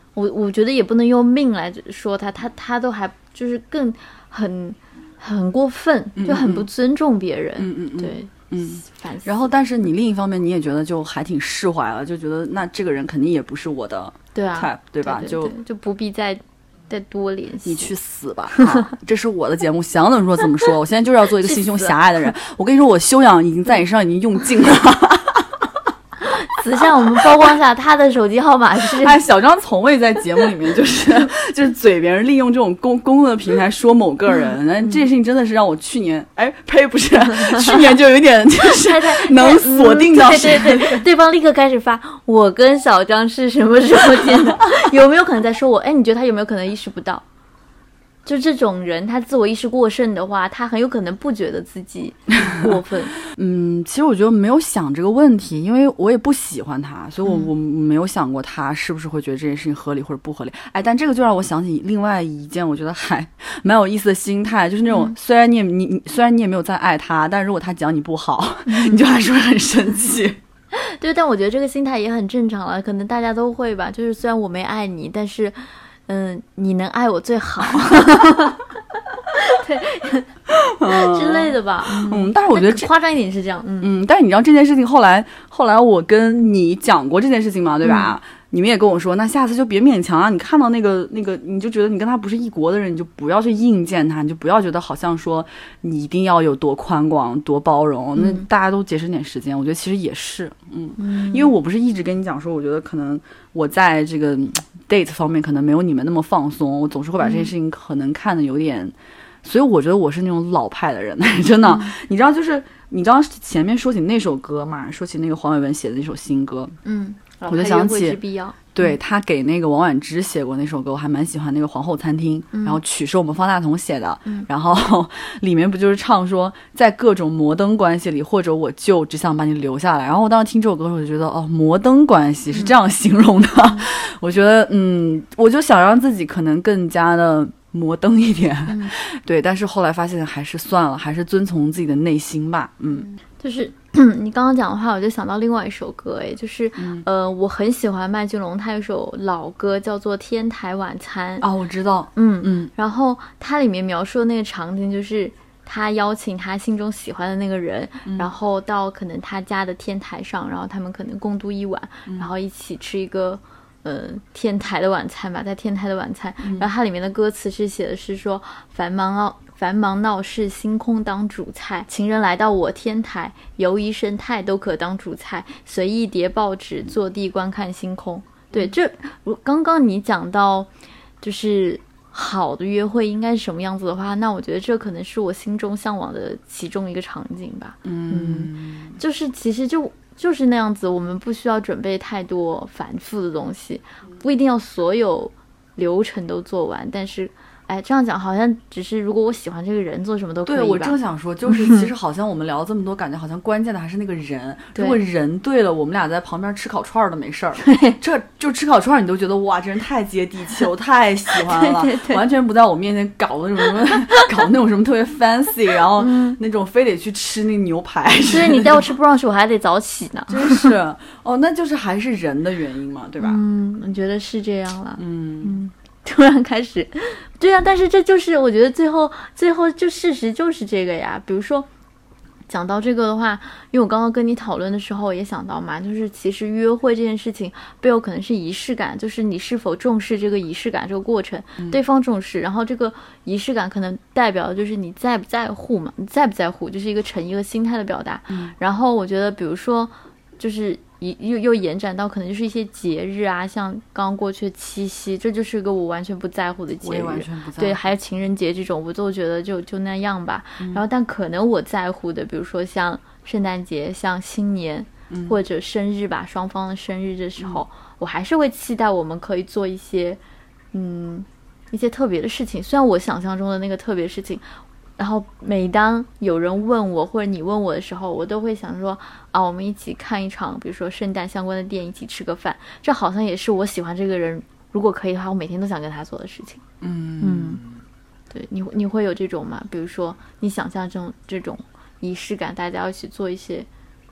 我我觉得也不能用命来说他，他他都还就是更很很过分，就很不尊重别人。嗯嗯嗯，对。 嗯，然后但是你另一方面你也觉得就还挺释怀了，就觉得那这个人肯定也不是我的 type， 对啊， 对吧？ 对对对， 就就不必再再多联系。 你去死吧！啊、这是我的节目，想怎么说怎么说。我现在就是要做一个心胸狭隘的人。我跟你说，我修养已经在你身上已经用尽了。 此上我们曝光下他的手机号码是。 哎，小张从未在节目里面就是就是嘴别人利用这种公公共的平台说某个人，那、嗯、这件事情真的是让我去年哎呸不是去年就有点就是能锁定到谁、 嗯、对对对，对方立刻开始发我跟小张是什么时候见的，有没有可能在说我？哎，你觉得他有没有可能意识不到？就这种人他自我意识过剩的话，他很有可能不觉得自己过分。 嗯，其实我觉得没有想这个问题，因为我也不喜欢他，所以我、嗯、我没有想过他是不是会觉得这件事情合理或者不合理。哎，但这个就让我想起另外一件我觉得还蛮有意思的心态，就是那种、嗯、虽然你也你你虽然你也没有在爱他，但如果他讲你不好、嗯、你就还是会很生气。 对，但我觉得这个心态也很正常了，可能大家都会吧，就是虽然我没爱你，但是嗯，你能爱我最好。对、嗯、之类的吧。 嗯，但是我觉得夸张一点是这样。嗯嗯，但是你知道这件事情后来后来我跟你讲过这件事情嘛，对吧？嗯，你们也跟我说，那下次就别勉强啊！你看到那个那个，你就觉得你跟他不是一国的人，你就不要去硬见他，你就不要觉得好像说你一定要有多宽广、多包容。嗯、那大家都节省点时间，我觉得其实也是，嗯，嗯因为我不是一直跟你讲说，我觉得可能我在这个 date 方面可能没有你们那么放松，我总是会把这些事情可能看得有点，嗯、所以我觉得我是那种老派的人，真的，嗯、你知道，就是你知道前面说起那首歌嘛，说起那个黄伟文写的那首新歌， 嗯。 我就想起对、 嗯、 他给那个王婉之写过那首歌，我还蛮喜欢那个皇后餐厅、嗯、然后曲是我们方大同写的、嗯、然后里面不就是唱说在各种摩登关系里，或者我就只想把你留下来。然后我当时听这首歌的时候就觉得哦，摩登关系是这样形容的、嗯、我觉得嗯，我就想让自己可能更加的摩登一点、嗯、对，但是后来发现还是算了，还是遵从自己的内心吧。嗯， 就是你刚刚讲的话，我就想到另外一首歌，哎，就是、嗯、呃，我很喜欢麦浚龙，他有首老歌叫做《天台晚餐》 啊、哦，我知道， 嗯嗯，然后它里面描述的那个场景就是他邀请他心中喜欢的那个人、嗯、然后到可能他家的天台上，然后他们可能共度一晚、嗯、然后一起吃一个呃天台的晚餐吧，在天台的晚餐、嗯、然后它里面的歌词是写的是说繁忙啊繁忙闹市，星空当主菜，情人来到我天台，游移生态都可当主菜，随意叠报纸，坐地观看星空。对，这刚刚你讲到就是好的约会应该是什么样子的话，那我觉得这可能是我心中向往的其中一个场景吧。嗯, 嗯就是其实就就是那样子，我们不需要准备太多繁复的东西，不一定要所有流程都做完，但是哎，这样讲好像只是如果我喜欢这个人，做什么都可以吧。 对，我正想说，就是其实好像我们聊了这么多，感觉好像关键的还是那个人。如果人对了，我们俩在旁边吃烤串都没事儿。这就吃烤串，你都觉得哇，这人太接地气，我太喜欢了，对对对，完全不在我面前搞那种什么，搞那种什么特别 fancy， 然后那种非得去吃那个牛排。 所以你带我吃 brunch， 我还得早起呢。 真是哦，那就是还是人的原因嘛，对吧？ 嗯，我觉得是这样了。嗯嗯。突然开始，对啊，但是这就是我觉得最后最后就事实就是这个呀。比如说讲到这个的话，因为我刚刚跟你讨论的时候也想到嘛，就是其实约会这件事情背后可能是仪式感，就是你是否重视这个仪式感这个过程、嗯、对方重视，然后这个仪式感可能代表的就是你在不在乎嘛，你在不在乎就是一个诚意和心态的表达、嗯、然后我觉得比如说就是又又延展到可能就是一些节日啊，像刚刚过去的七夕，这就是一个我完全不在乎的节日， 我也完全不在乎。 对，还有情人节这种，我都觉得就就那样吧、嗯、然后但可能我在乎的比如说像圣诞节，像新年、嗯、或者生日吧，双方的生日的时候、嗯、我还是会期待我们可以做一些嗯一些特别的事情，虽然我想象中的那个特别事情，然后每当有人问我或者你问我的时候，我都会想说啊，我们一起看一场比如说圣诞相关的电影，一起吃个饭，这好像也是我喜欢这个人如果可以的话我每天都想跟他做的事情。嗯嗯，对，你你会有这种吗？比如说你想象中这种仪式感，大家要一起做一些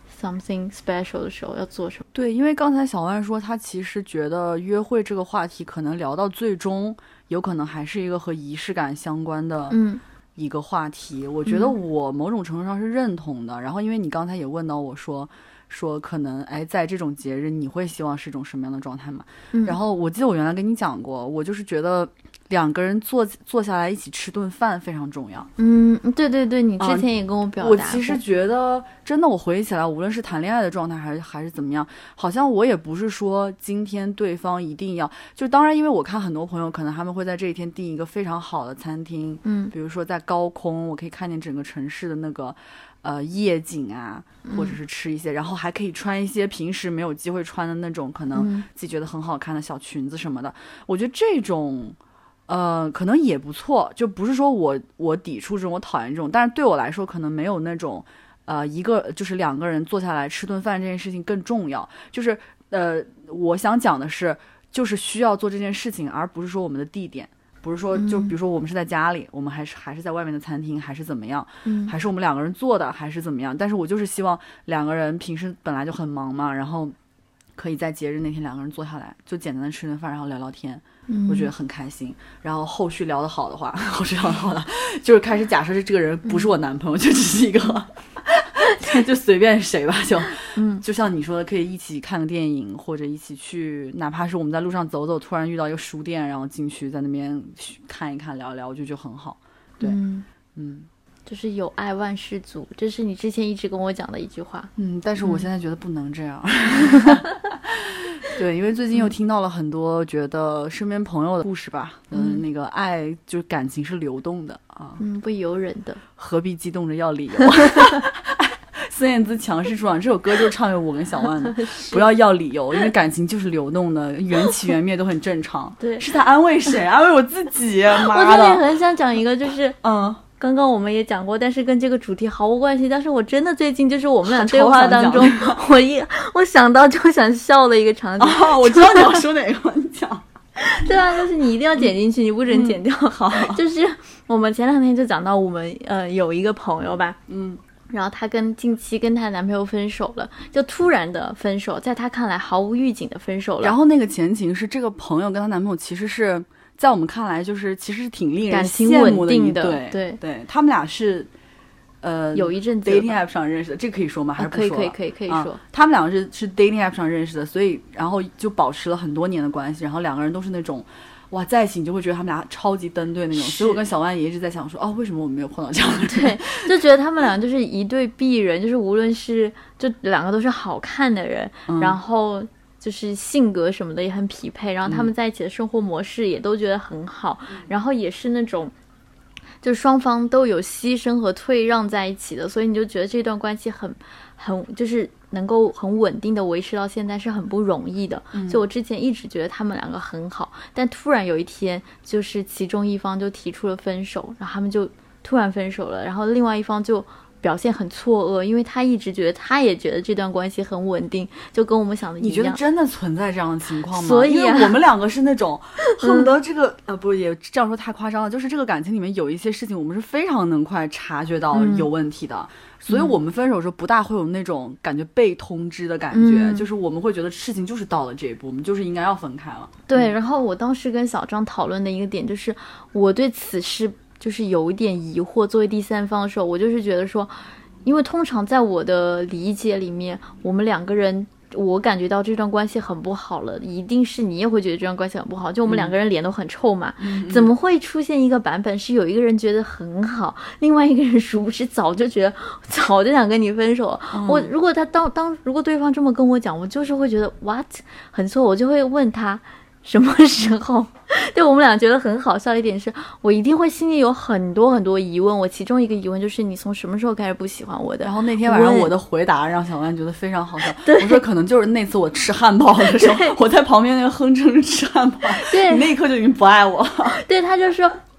something special 的时候要做什么。 对，因为刚才小万说他其实觉得约会这个话题可能聊到最终有可能还是一个和仪式感相关的一个话题、嗯、我觉得我某种程度上是认同的、嗯、然后因为你刚才也问到我说说可能哎，在这种节日你会希望是一种什么样的状态嘛、嗯、然后我记得我原来跟你讲过，我就是觉得两个人坐坐下来一起吃顿饭非常重要。 嗯，对对对，你之前也跟我表达过、 嗯、我其实觉得真的，我回忆起来无论是谈恋爱的状态还是还是怎么样，好像我也不是说今天对方一定要，就当然因为我看很多朋友可能他们会在这一天订一个非常好的餐厅，嗯，比如说在高空我可以看见整个城市的那个呃夜景啊，或者是吃一些、嗯、然后还可以穿一些平时没有机会穿的那种可能自己觉得很好看的小裙子什么的、嗯、我觉得这种呃可能也不错，就不是说我我抵触这种我讨厌这种，但是对我来说可能没有那种呃一个就是两个人坐下来吃顿饭这件事情更重要，就是呃我想讲的是就是需要做这件事情，而不是说我们的地点，不是说就比如说我们是在家里、嗯、我们还是还是在外面的餐厅还是怎么样、嗯、还是我们两个人做的还是怎么样，但是我就是希望两个人平时本来就很忙嘛，然后可以在节日那天两个人坐下来就简单的吃顿饭，然后聊聊天、嗯、我觉得很开心。然后后续聊得好的话后续聊得好的就是开始假设是这个人不是我男朋友、嗯、就只是一个就随便谁吧，就嗯，就像你说的可以一起看个电影，或者一起去哪怕是我们在路上走走突然遇到一个书店，然后进去在那边看一看聊聊，我就觉得很好。对 嗯, 嗯就是有爱万事足，这是你之前一直跟我讲的一句话。 嗯，但是我现在觉得不能这样、嗯、对，因为最近又听到了很多觉得身边朋友的故事吧，嗯、呃，那个爱就是感情是流动的啊， 嗯，不由人的， 何必激动着要理由孙燕姿强势出场这首歌就是唱给我跟小万的不要要理由，因为感情就是流动的，缘起缘灭都很正常。对，是他安慰谁？安慰我自己。妈的， 我真的很想讲一个，就是嗯，刚刚我们也讲过，但是跟这个主题毫无关系，但是我真的最近就是我们俩对话当中我一我想到就想笑的一个场景。 哦，我知道你要说哪个你讲对啊，就是你一定要剪进去、嗯、你不准剪掉、嗯、好，就是我们前两天就讲到我们呃有一个朋友吧，嗯，然后她跟近期跟她男朋友分手了，就突然的分手，在她看来毫无预警的分手了。 然后那个前情是这个朋友跟她男朋友其实是在我们看来就是其实是挺令人羡慕的一对， 对对对，他们俩是呃有一阵子 dating app 上认识的，这个可以说吗？还是不说、啊、 可以可以可以可以说、 啊、他们两个是是 dating app 上认识的，所以然后就保持了很多年的关系，然后两个人都是那种哇在一起你就会觉得他们俩超级登对那种，所以我跟小万也一直在想说哦，为什么我们没有碰到这样的人。 对，就觉得他们俩就是一对璧人，就是无论是就两个都是好看的人、嗯、然后就是性格什么的也很匹配，然后他们在一起的生活模式也都觉得很好、嗯、然后也是那种就是双方都有牺牲和退让在一起的，所以你就觉得这段关系很很就是能够很稳定的维持到现在是很不容易的、嗯、所以我之前一直觉得他们两个很好，但突然有一天就是其中一方就提出了分手，然后他们就突然分手了，然后另外一方就表现很错愕，因为他一直觉得他也觉得这段关系很稳定，就跟我们想的一样。 你觉得真的存在这样的情况吗？ 所以、啊、 因为我们两个是那种恨不得这个、嗯、呃不也这样说太夸张了，就是这个感情里面有一些事情我们是非常能快察觉到有问题的、嗯、所以我们分手的时候不大会有那种感觉被通知的感觉、嗯、就是我们会觉得事情就是到了这一步，我们就是应该要分开了。 对、嗯、然后我当时跟小张讨论的一个点就是我对此事就是有一点疑惑，作为第三方的时候我就是觉得说，因为通常在我的理解里面我们两个人我感觉到这段关系很不好了，一定是你也会觉得这段关系很不好，就我们两个人脸都很臭嘛、嗯、怎么会出现一个版本是有一个人觉得很好，另外一个人殊不知早就觉得早就想跟你分手、嗯、我如果他当当如果对方这么跟我讲，我就是会觉得 what 很错，我就会问他什么时候对，我们俩觉得很好笑一点是我一定会心里有很多很多疑问，我其中一个疑问就是你从什么时候开始不喜欢我的。 然后那天晚上我的回答让小万觉得非常好笑，我说可能就是那次我吃汉堡的时候我在旁边那个哼哧吃汉堡，对，你那一刻就已经不爱我。 对，他就说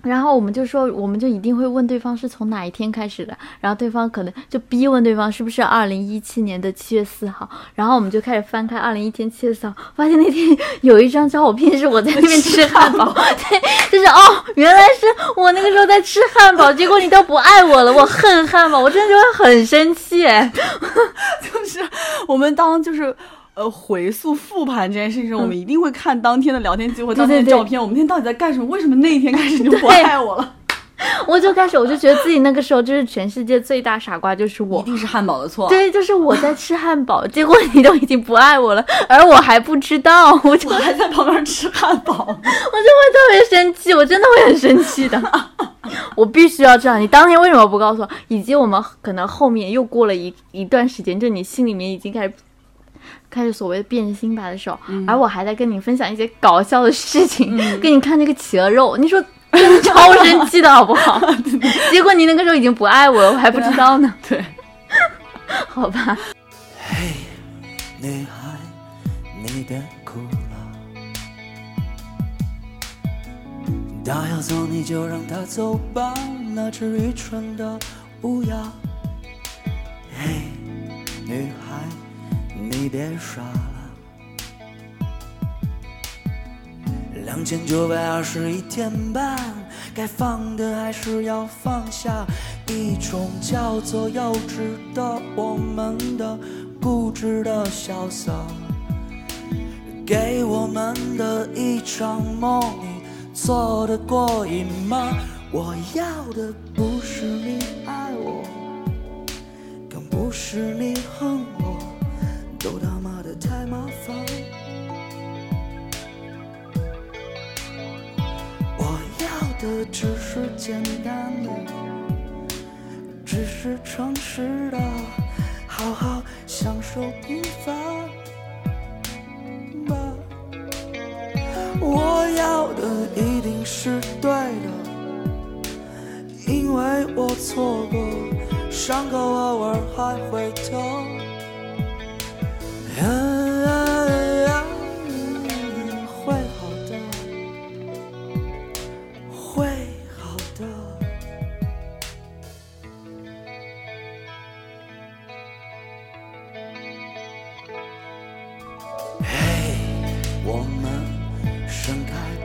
然后我们就说，我们就一定会问对方是从哪一天开始的，然后对方可能就逼问对方是不是二零一七年的七月四号，然后我们就开始翻开二零一七年七月四号，发现那天有一张照片是我在那边吃汉堡，对，就是哦，原来是我那个时候在吃汉堡，结果你都不爱我了，我恨汉堡，我真的就会很生气哎， 就是我们当就是。呃，回溯复盘这件事情，嗯、我们一定会看当天的聊天记录、当天的照片。我们那天到底在干什么？为什么那一天开始你就不爱我了？ 我就开始，我就觉得自己那个时候就是全世界最大傻瓜，就是我， 一定是汉堡的错。 对，就是我在吃汉堡，结果你都已经不爱我了，而我还不知道，我就我还在旁边吃汉堡，我就会特别生气，我真的会很生气的。我必须要知道你当天为什么不告诉我，以及我们可能后面又过了一一段时间，就你心里面已经开始。开始所谓的变心吧的时候、嗯、而我还在跟你分享一些搞笑的事情、嗯、给你看那个企鹅肉，你说真的超生气的好不好结果你那个时候已经不爱我了，我还不知道呢。 对， 好吧。 嘿，女孩，你别哭了，他要走你就让他走吧，那只愚蠢的乌鸦。嘿，女孩，你别傻了，两千九百二十一天半，该放的还是要放下，一种叫做幼稚的我们的固执的潇洒，给我们的一场梦，你做得过瘾吗？我要的不是你爱我，更不是你恨我，都他妈的太麻烦。我要的只是简单的，只是诚实的，好好享受平凡吧。我要的一定是对的，因为我错过，伤口偶尔还会痛。会好的，会好的。嘿，我们盛开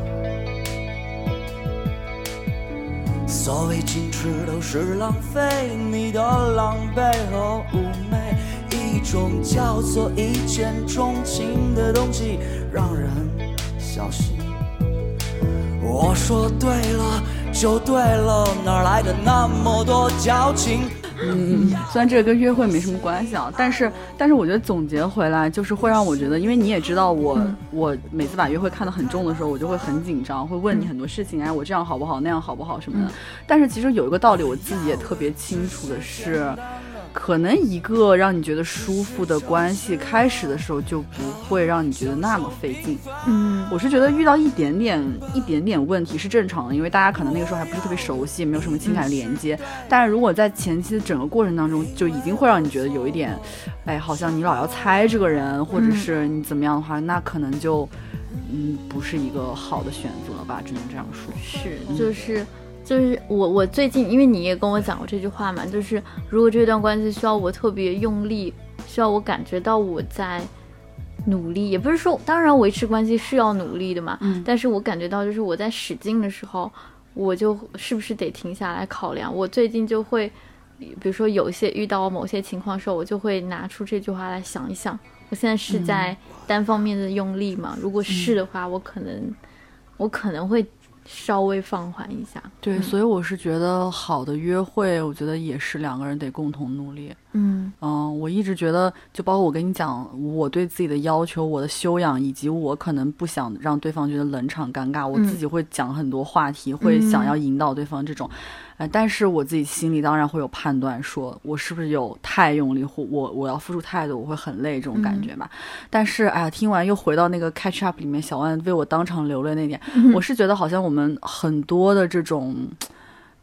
吧。所谓矜持都是浪费，你的狼狈和妩媚，一种叫做一见钟情的东西让人小心。我说对了就对了，哪来的那么多矫情？ 嗯，虽然这个跟约会没什么关系啊，但是但是我觉得总结回来就是会让我觉得，因为你也知道我、嗯、我每次把约会看得很重的时候，我就会很紧张，会问你很多事情，哎，我这样好不好，那样好不好什么的、嗯、但是其实有一个道理我自己也特别清楚的是，可能一个让你觉得舒服的关系开始的时候就不会让你觉得那么费劲。 嗯， 我是觉得遇到一点点一点点问题是正常的，因为大家可能那个时候还不是特别熟悉，没有什么情感连接、嗯、但是如果在前期的整个过程当中就已经会让你觉得有一点，哎，好像你老要猜这个人，或者是你怎么样的话、嗯、那可能就嗯不是一个好的选择吧，只能这样说。 是，就是就是我我最近，因为你也跟我讲过这句话嘛，就是如果这段关系需要我特别用力，需要我感觉到我在努力，也不是说当然维持关系是要努力的嘛、嗯、但是我感觉到就是我在使劲的时候，我就是不是得停下来考量。我最近就会比如说有些遇到某些情况的时候，我就会拿出这句话来想一想，我现在是在单方面的用力吗、嗯、如果是的话，我可能我可能会稍微放缓一下。 对、 嗯、 所以我是觉得好的约会我觉得也是两个人得共同努力。 嗯嗯，我一直觉得就包括我跟你讲我对自己的要求，我的修养，以及我可能不想让对方觉得冷场尴尬、嗯、我自己会讲很多话题、嗯、会想要引导对方这种、呃、但是我自己心里当然会有判断，说我是不是有太用力，或我我要付出太多我会很累这种感觉吧、嗯、但是哎呀，听完又回到那个 catch up 里面小万为我当场流泪那点、嗯、我是觉得好像我们很多的这种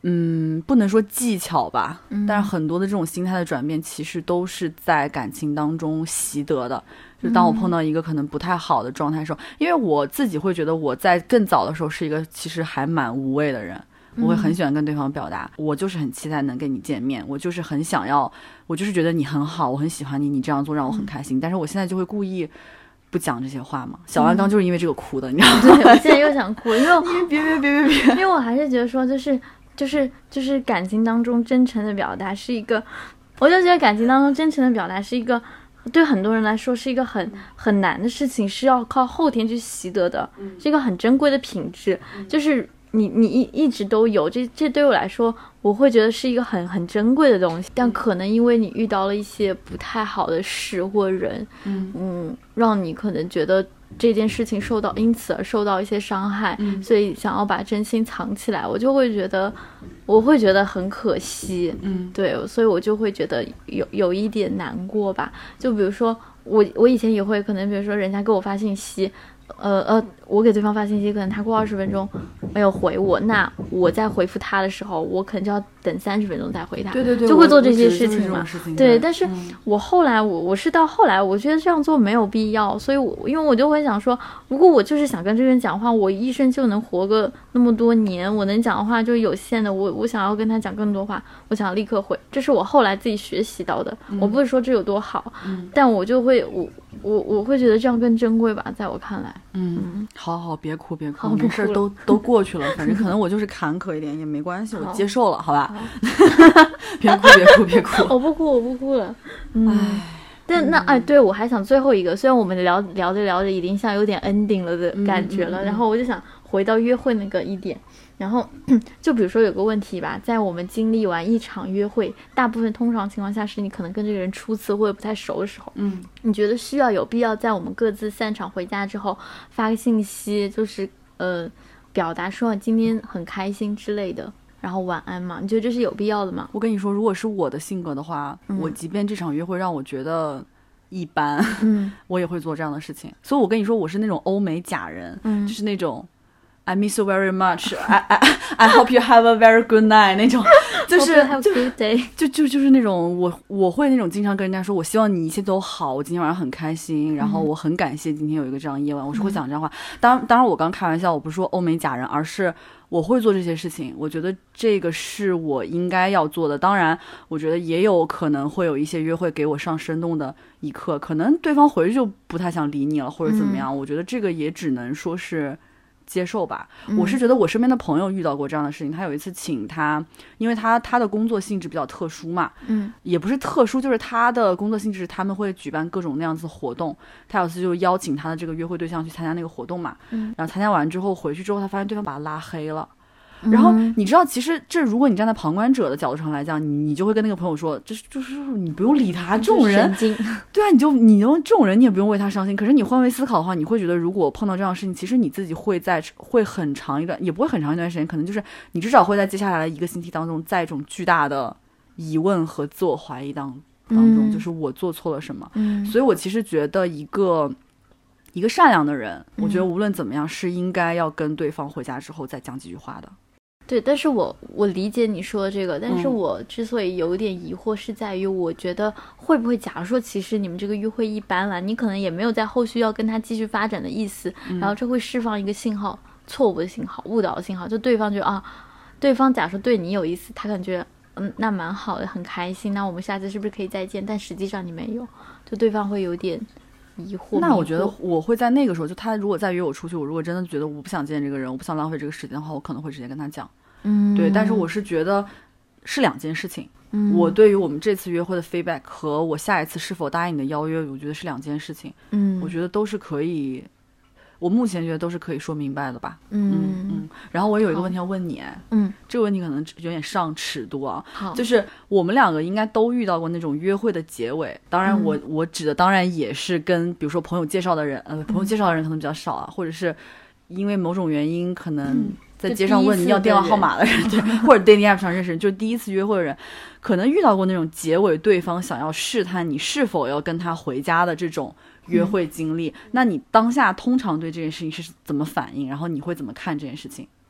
嗯，不能说技巧吧、 嗯、 但是很多的这种心态的转变其实都是在感情当中习得的。就当我碰到一个可能不太好的状态的时候、嗯、因为我自己会觉得我在更早的时候是一个其实还蛮无畏的人，我会很喜欢跟对方表达、嗯、我就是很期待能跟你见面，我就是很想要，我就是觉得你很好，我很喜欢你，你这样做让我很开心、嗯、但是我现在就会故意不讲这些话嘛。小万刚就是因为这个哭的、嗯、你知道吗？ 对，我现在又想哭，因为别别别别别， 因为我还是觉得说就是就是就是感情当中真诚的表达是一个，我就觉得感情当中真诚的表达是一个对很多人来说是一个很很难的事情，是要靠后天去习得的，是一个很珍贵的品质，就是你你一一直都有，这这对我来说我会觉得是一个很很珍贵的东西，但可能因为你遇到了一些不太好的事或人，嗯嗯，让你可能觉得这件事情受到因此而受到一些伤害、嗯、所以想要把真心藏起来，我就会觉得我会觉得很可惜，嗯，对，所以我就会觉得有有一点难过吧。就比如说我我以前也会可能比如说人家给我发信息，呃呃，我给对方发信息，可能他过二十分钟没有回我，那我在回复他的时候，我可能就要等三十分钟再回他。 对对对， 就会做这些事情嘛。 情对，但是我后来我我是到后来，我觉得这样做没有必要，所以我因为我就会想说，如果我就是想跟这个人讲话，我一生就能活个那么多年，我能讲的话就有限的，我我想要跟他讲更多话，我想要立刻回，这是我后来自己学习到的。嗯、我不是说这有多好，嗯、但我就会我我我会觉得这样更珍贵吧，在我看来。 嗯，好好，别哭别哭，没事，都都过去了。反正可能我就是坎坷一点也没关系，我接受了，好吧？别哭别哭别哭， 我不哭我不哭了。嗯，但那哎，对，我还想最后一个，虽然我们聊聊着聊着已经像有点 ending 了的感觉了，嗯嗯嗯、然后我就想回到约会那个一点。然后就比如说有个问题吧，在我们经历完一场约会，大部分通常情况下是你可能跟这个人初次或者不太熟的时候，嗯，你觉得需要有必要在我们各自散场回家之后发个信息，就是呃表达说今天很开心之类的，然后晚安嘛？你觉得这是有必要的吗？ 我跟你说，如果是我的性格的话、嗯、我即便这场约会让我觉得一般，嗯，我也会做这样的事情。所以我跟你说，我是那种欧美假人，嗯，就是那种I miss you very much. I I I hope you have a very good night. 那种，就是就就就就是那种我我会那种经常跟人家说，我希望你一切都好，我今天晚上很开心，然后我很感谢今天有一个这样夜晚，我是会讲这样话。当然当然我刚开玩笑，我不是说欧美假人，而是我会做这些事情。我觉得这个是我应该要做的。当然，我觉得也有可能会有一些约会给我上生动的一课，可能对方回去就不太想理你了，或者怎么样。嗯、我觉得这个也只能说是接受吧。我是觉得我身边的朋友遇到过这样的事情，他有一次请他，因为他他的工作性质比较特殊嘛，嗯，也不是特殊，就是他的工作性质他们会举办各种那样子的活动，他有一次就邀请他的这个约会对象去参加那个活动嘛，嗯，然后参加完之后回去之后，他发现对方把他拉黑了。然后你知道，其实这如果你站在旁观者的角度上来讲，你你就会跟那个朋友说，这就是你不用理他，这种人，对啊，你就你用这种人，你也不用为他伤心。可是你换位思考的话，你会觉得，如果碰到这样的事情，其实你自己会在会很长一段，也不会很长一段时间，可能就是你至少会在接下来的一个星期当中，在一种巨大的疑问和自我怀疑当当中，嗯、就是我做错了什么。嗯，所以我其实觉得一个。一个善良的人，我觉得无论怎么样是应该要跟对方回家之后再讲几句话的。 对，但是我我理解你说的这个，但是我之所以有点疑惑是在于，我觉得会不会假如说其实你们这个约会一般了，你可能也没有在后续要跟他继续发展的意思，嗯、然后这会释放一个信号，错误的信号，误导的信号，就对方觉得啊，对方假如说对你有意思，他感觉嗯那蛮好的，很开心，那我们下次是不是可以再见？但实际上你没有，就对方会有点疑惑。 那我觉得我会在那个时候，就他如果再约我出去，我如果真的觉得我不想见这个人，我不想浪费这个时间的话，我可能会直接跟他讲。嗯，对。但是我是觉得是两件事情。嗯，我对于我们这次约会的 feedback 和我下一次是否答应你的邀约，我觉得是两件事情。嗯，我觉得都是可以，我目前觉得都是可以说明白的吧。嗯 嗯, 嗯。然后我有一个问题要问你，嗯，这个问题可能有点上尺度啊。好，就是我们两个应该都遇到过那种约会的结尾，当然我、嗯、我指的当然也是跟比如说朋友介绍的人，呃，朋友介绍的人可能比较少啊，或者是因为某种原因可能。嗯，在街上问你要电话号码的人，对，或者 dating app 上认识人，就第一次约会的人，可能遇到过那种结尾对方想要试探你是否要跟他回家的这种约会经历。嗯、那你当下通常对这件事情是怎么反应？然后你会怎么看这件事情？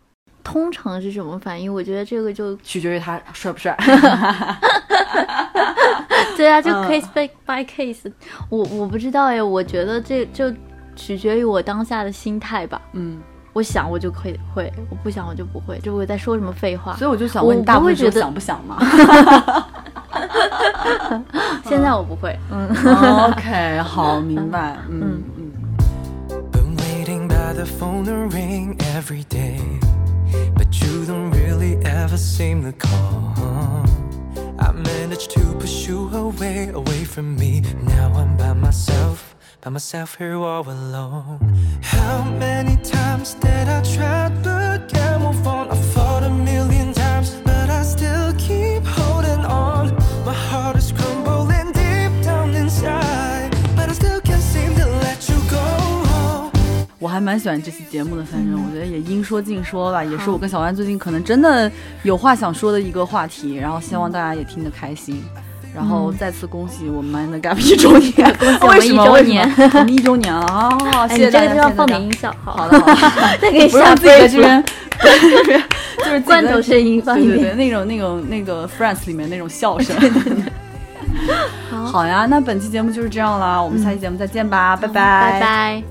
通常是什么反应？我觉得这个就取决于他帅不帅。 对啊，就 case by by case、嗯、我我不知道哎，我觉得这就取决于我当下的心态吧。 嗯， 我想我就可以会，我不想我就不会，就我在说什么废话。 所以我就想问你，大部分时候想不想嘛？ 现在我不会。嗯 ，OK， 好，明白。嗯嗯。 Been waiting by the phone to ring every day, but you don't really ever seem to call. I managed to push you away, away from me. Now I'm by myself, by myself here all alone. How many times did I try but can't move on? I fought a million times, but I still keep holding on. My heart is crumbling deep down inside, but I still can't seem to let you go. 我还蛮喜欢这期节目的，反正我觉得也应说尽说吧，也是我跟小万最近可能真的有话想说的一个话题，然后希望大家也听得开心。然后再次恭喜我们 Mind the Gap 一周年， 恭喜我们一周年， 我们一周年了啊！谢谢大家。 哎、你这个地方放点音效， 好的好的， 再给下自己的这边，就是罐头声音放一点， 对对对，那种那种那个 Friends 里面那种笑声。好, 好呀，那本期节目就是这样啦，我们下期节目再见吧，嗯、拜拜， 拜拜。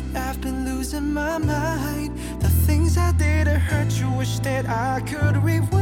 My mind, the things I did hurt you, wish that I could rewind.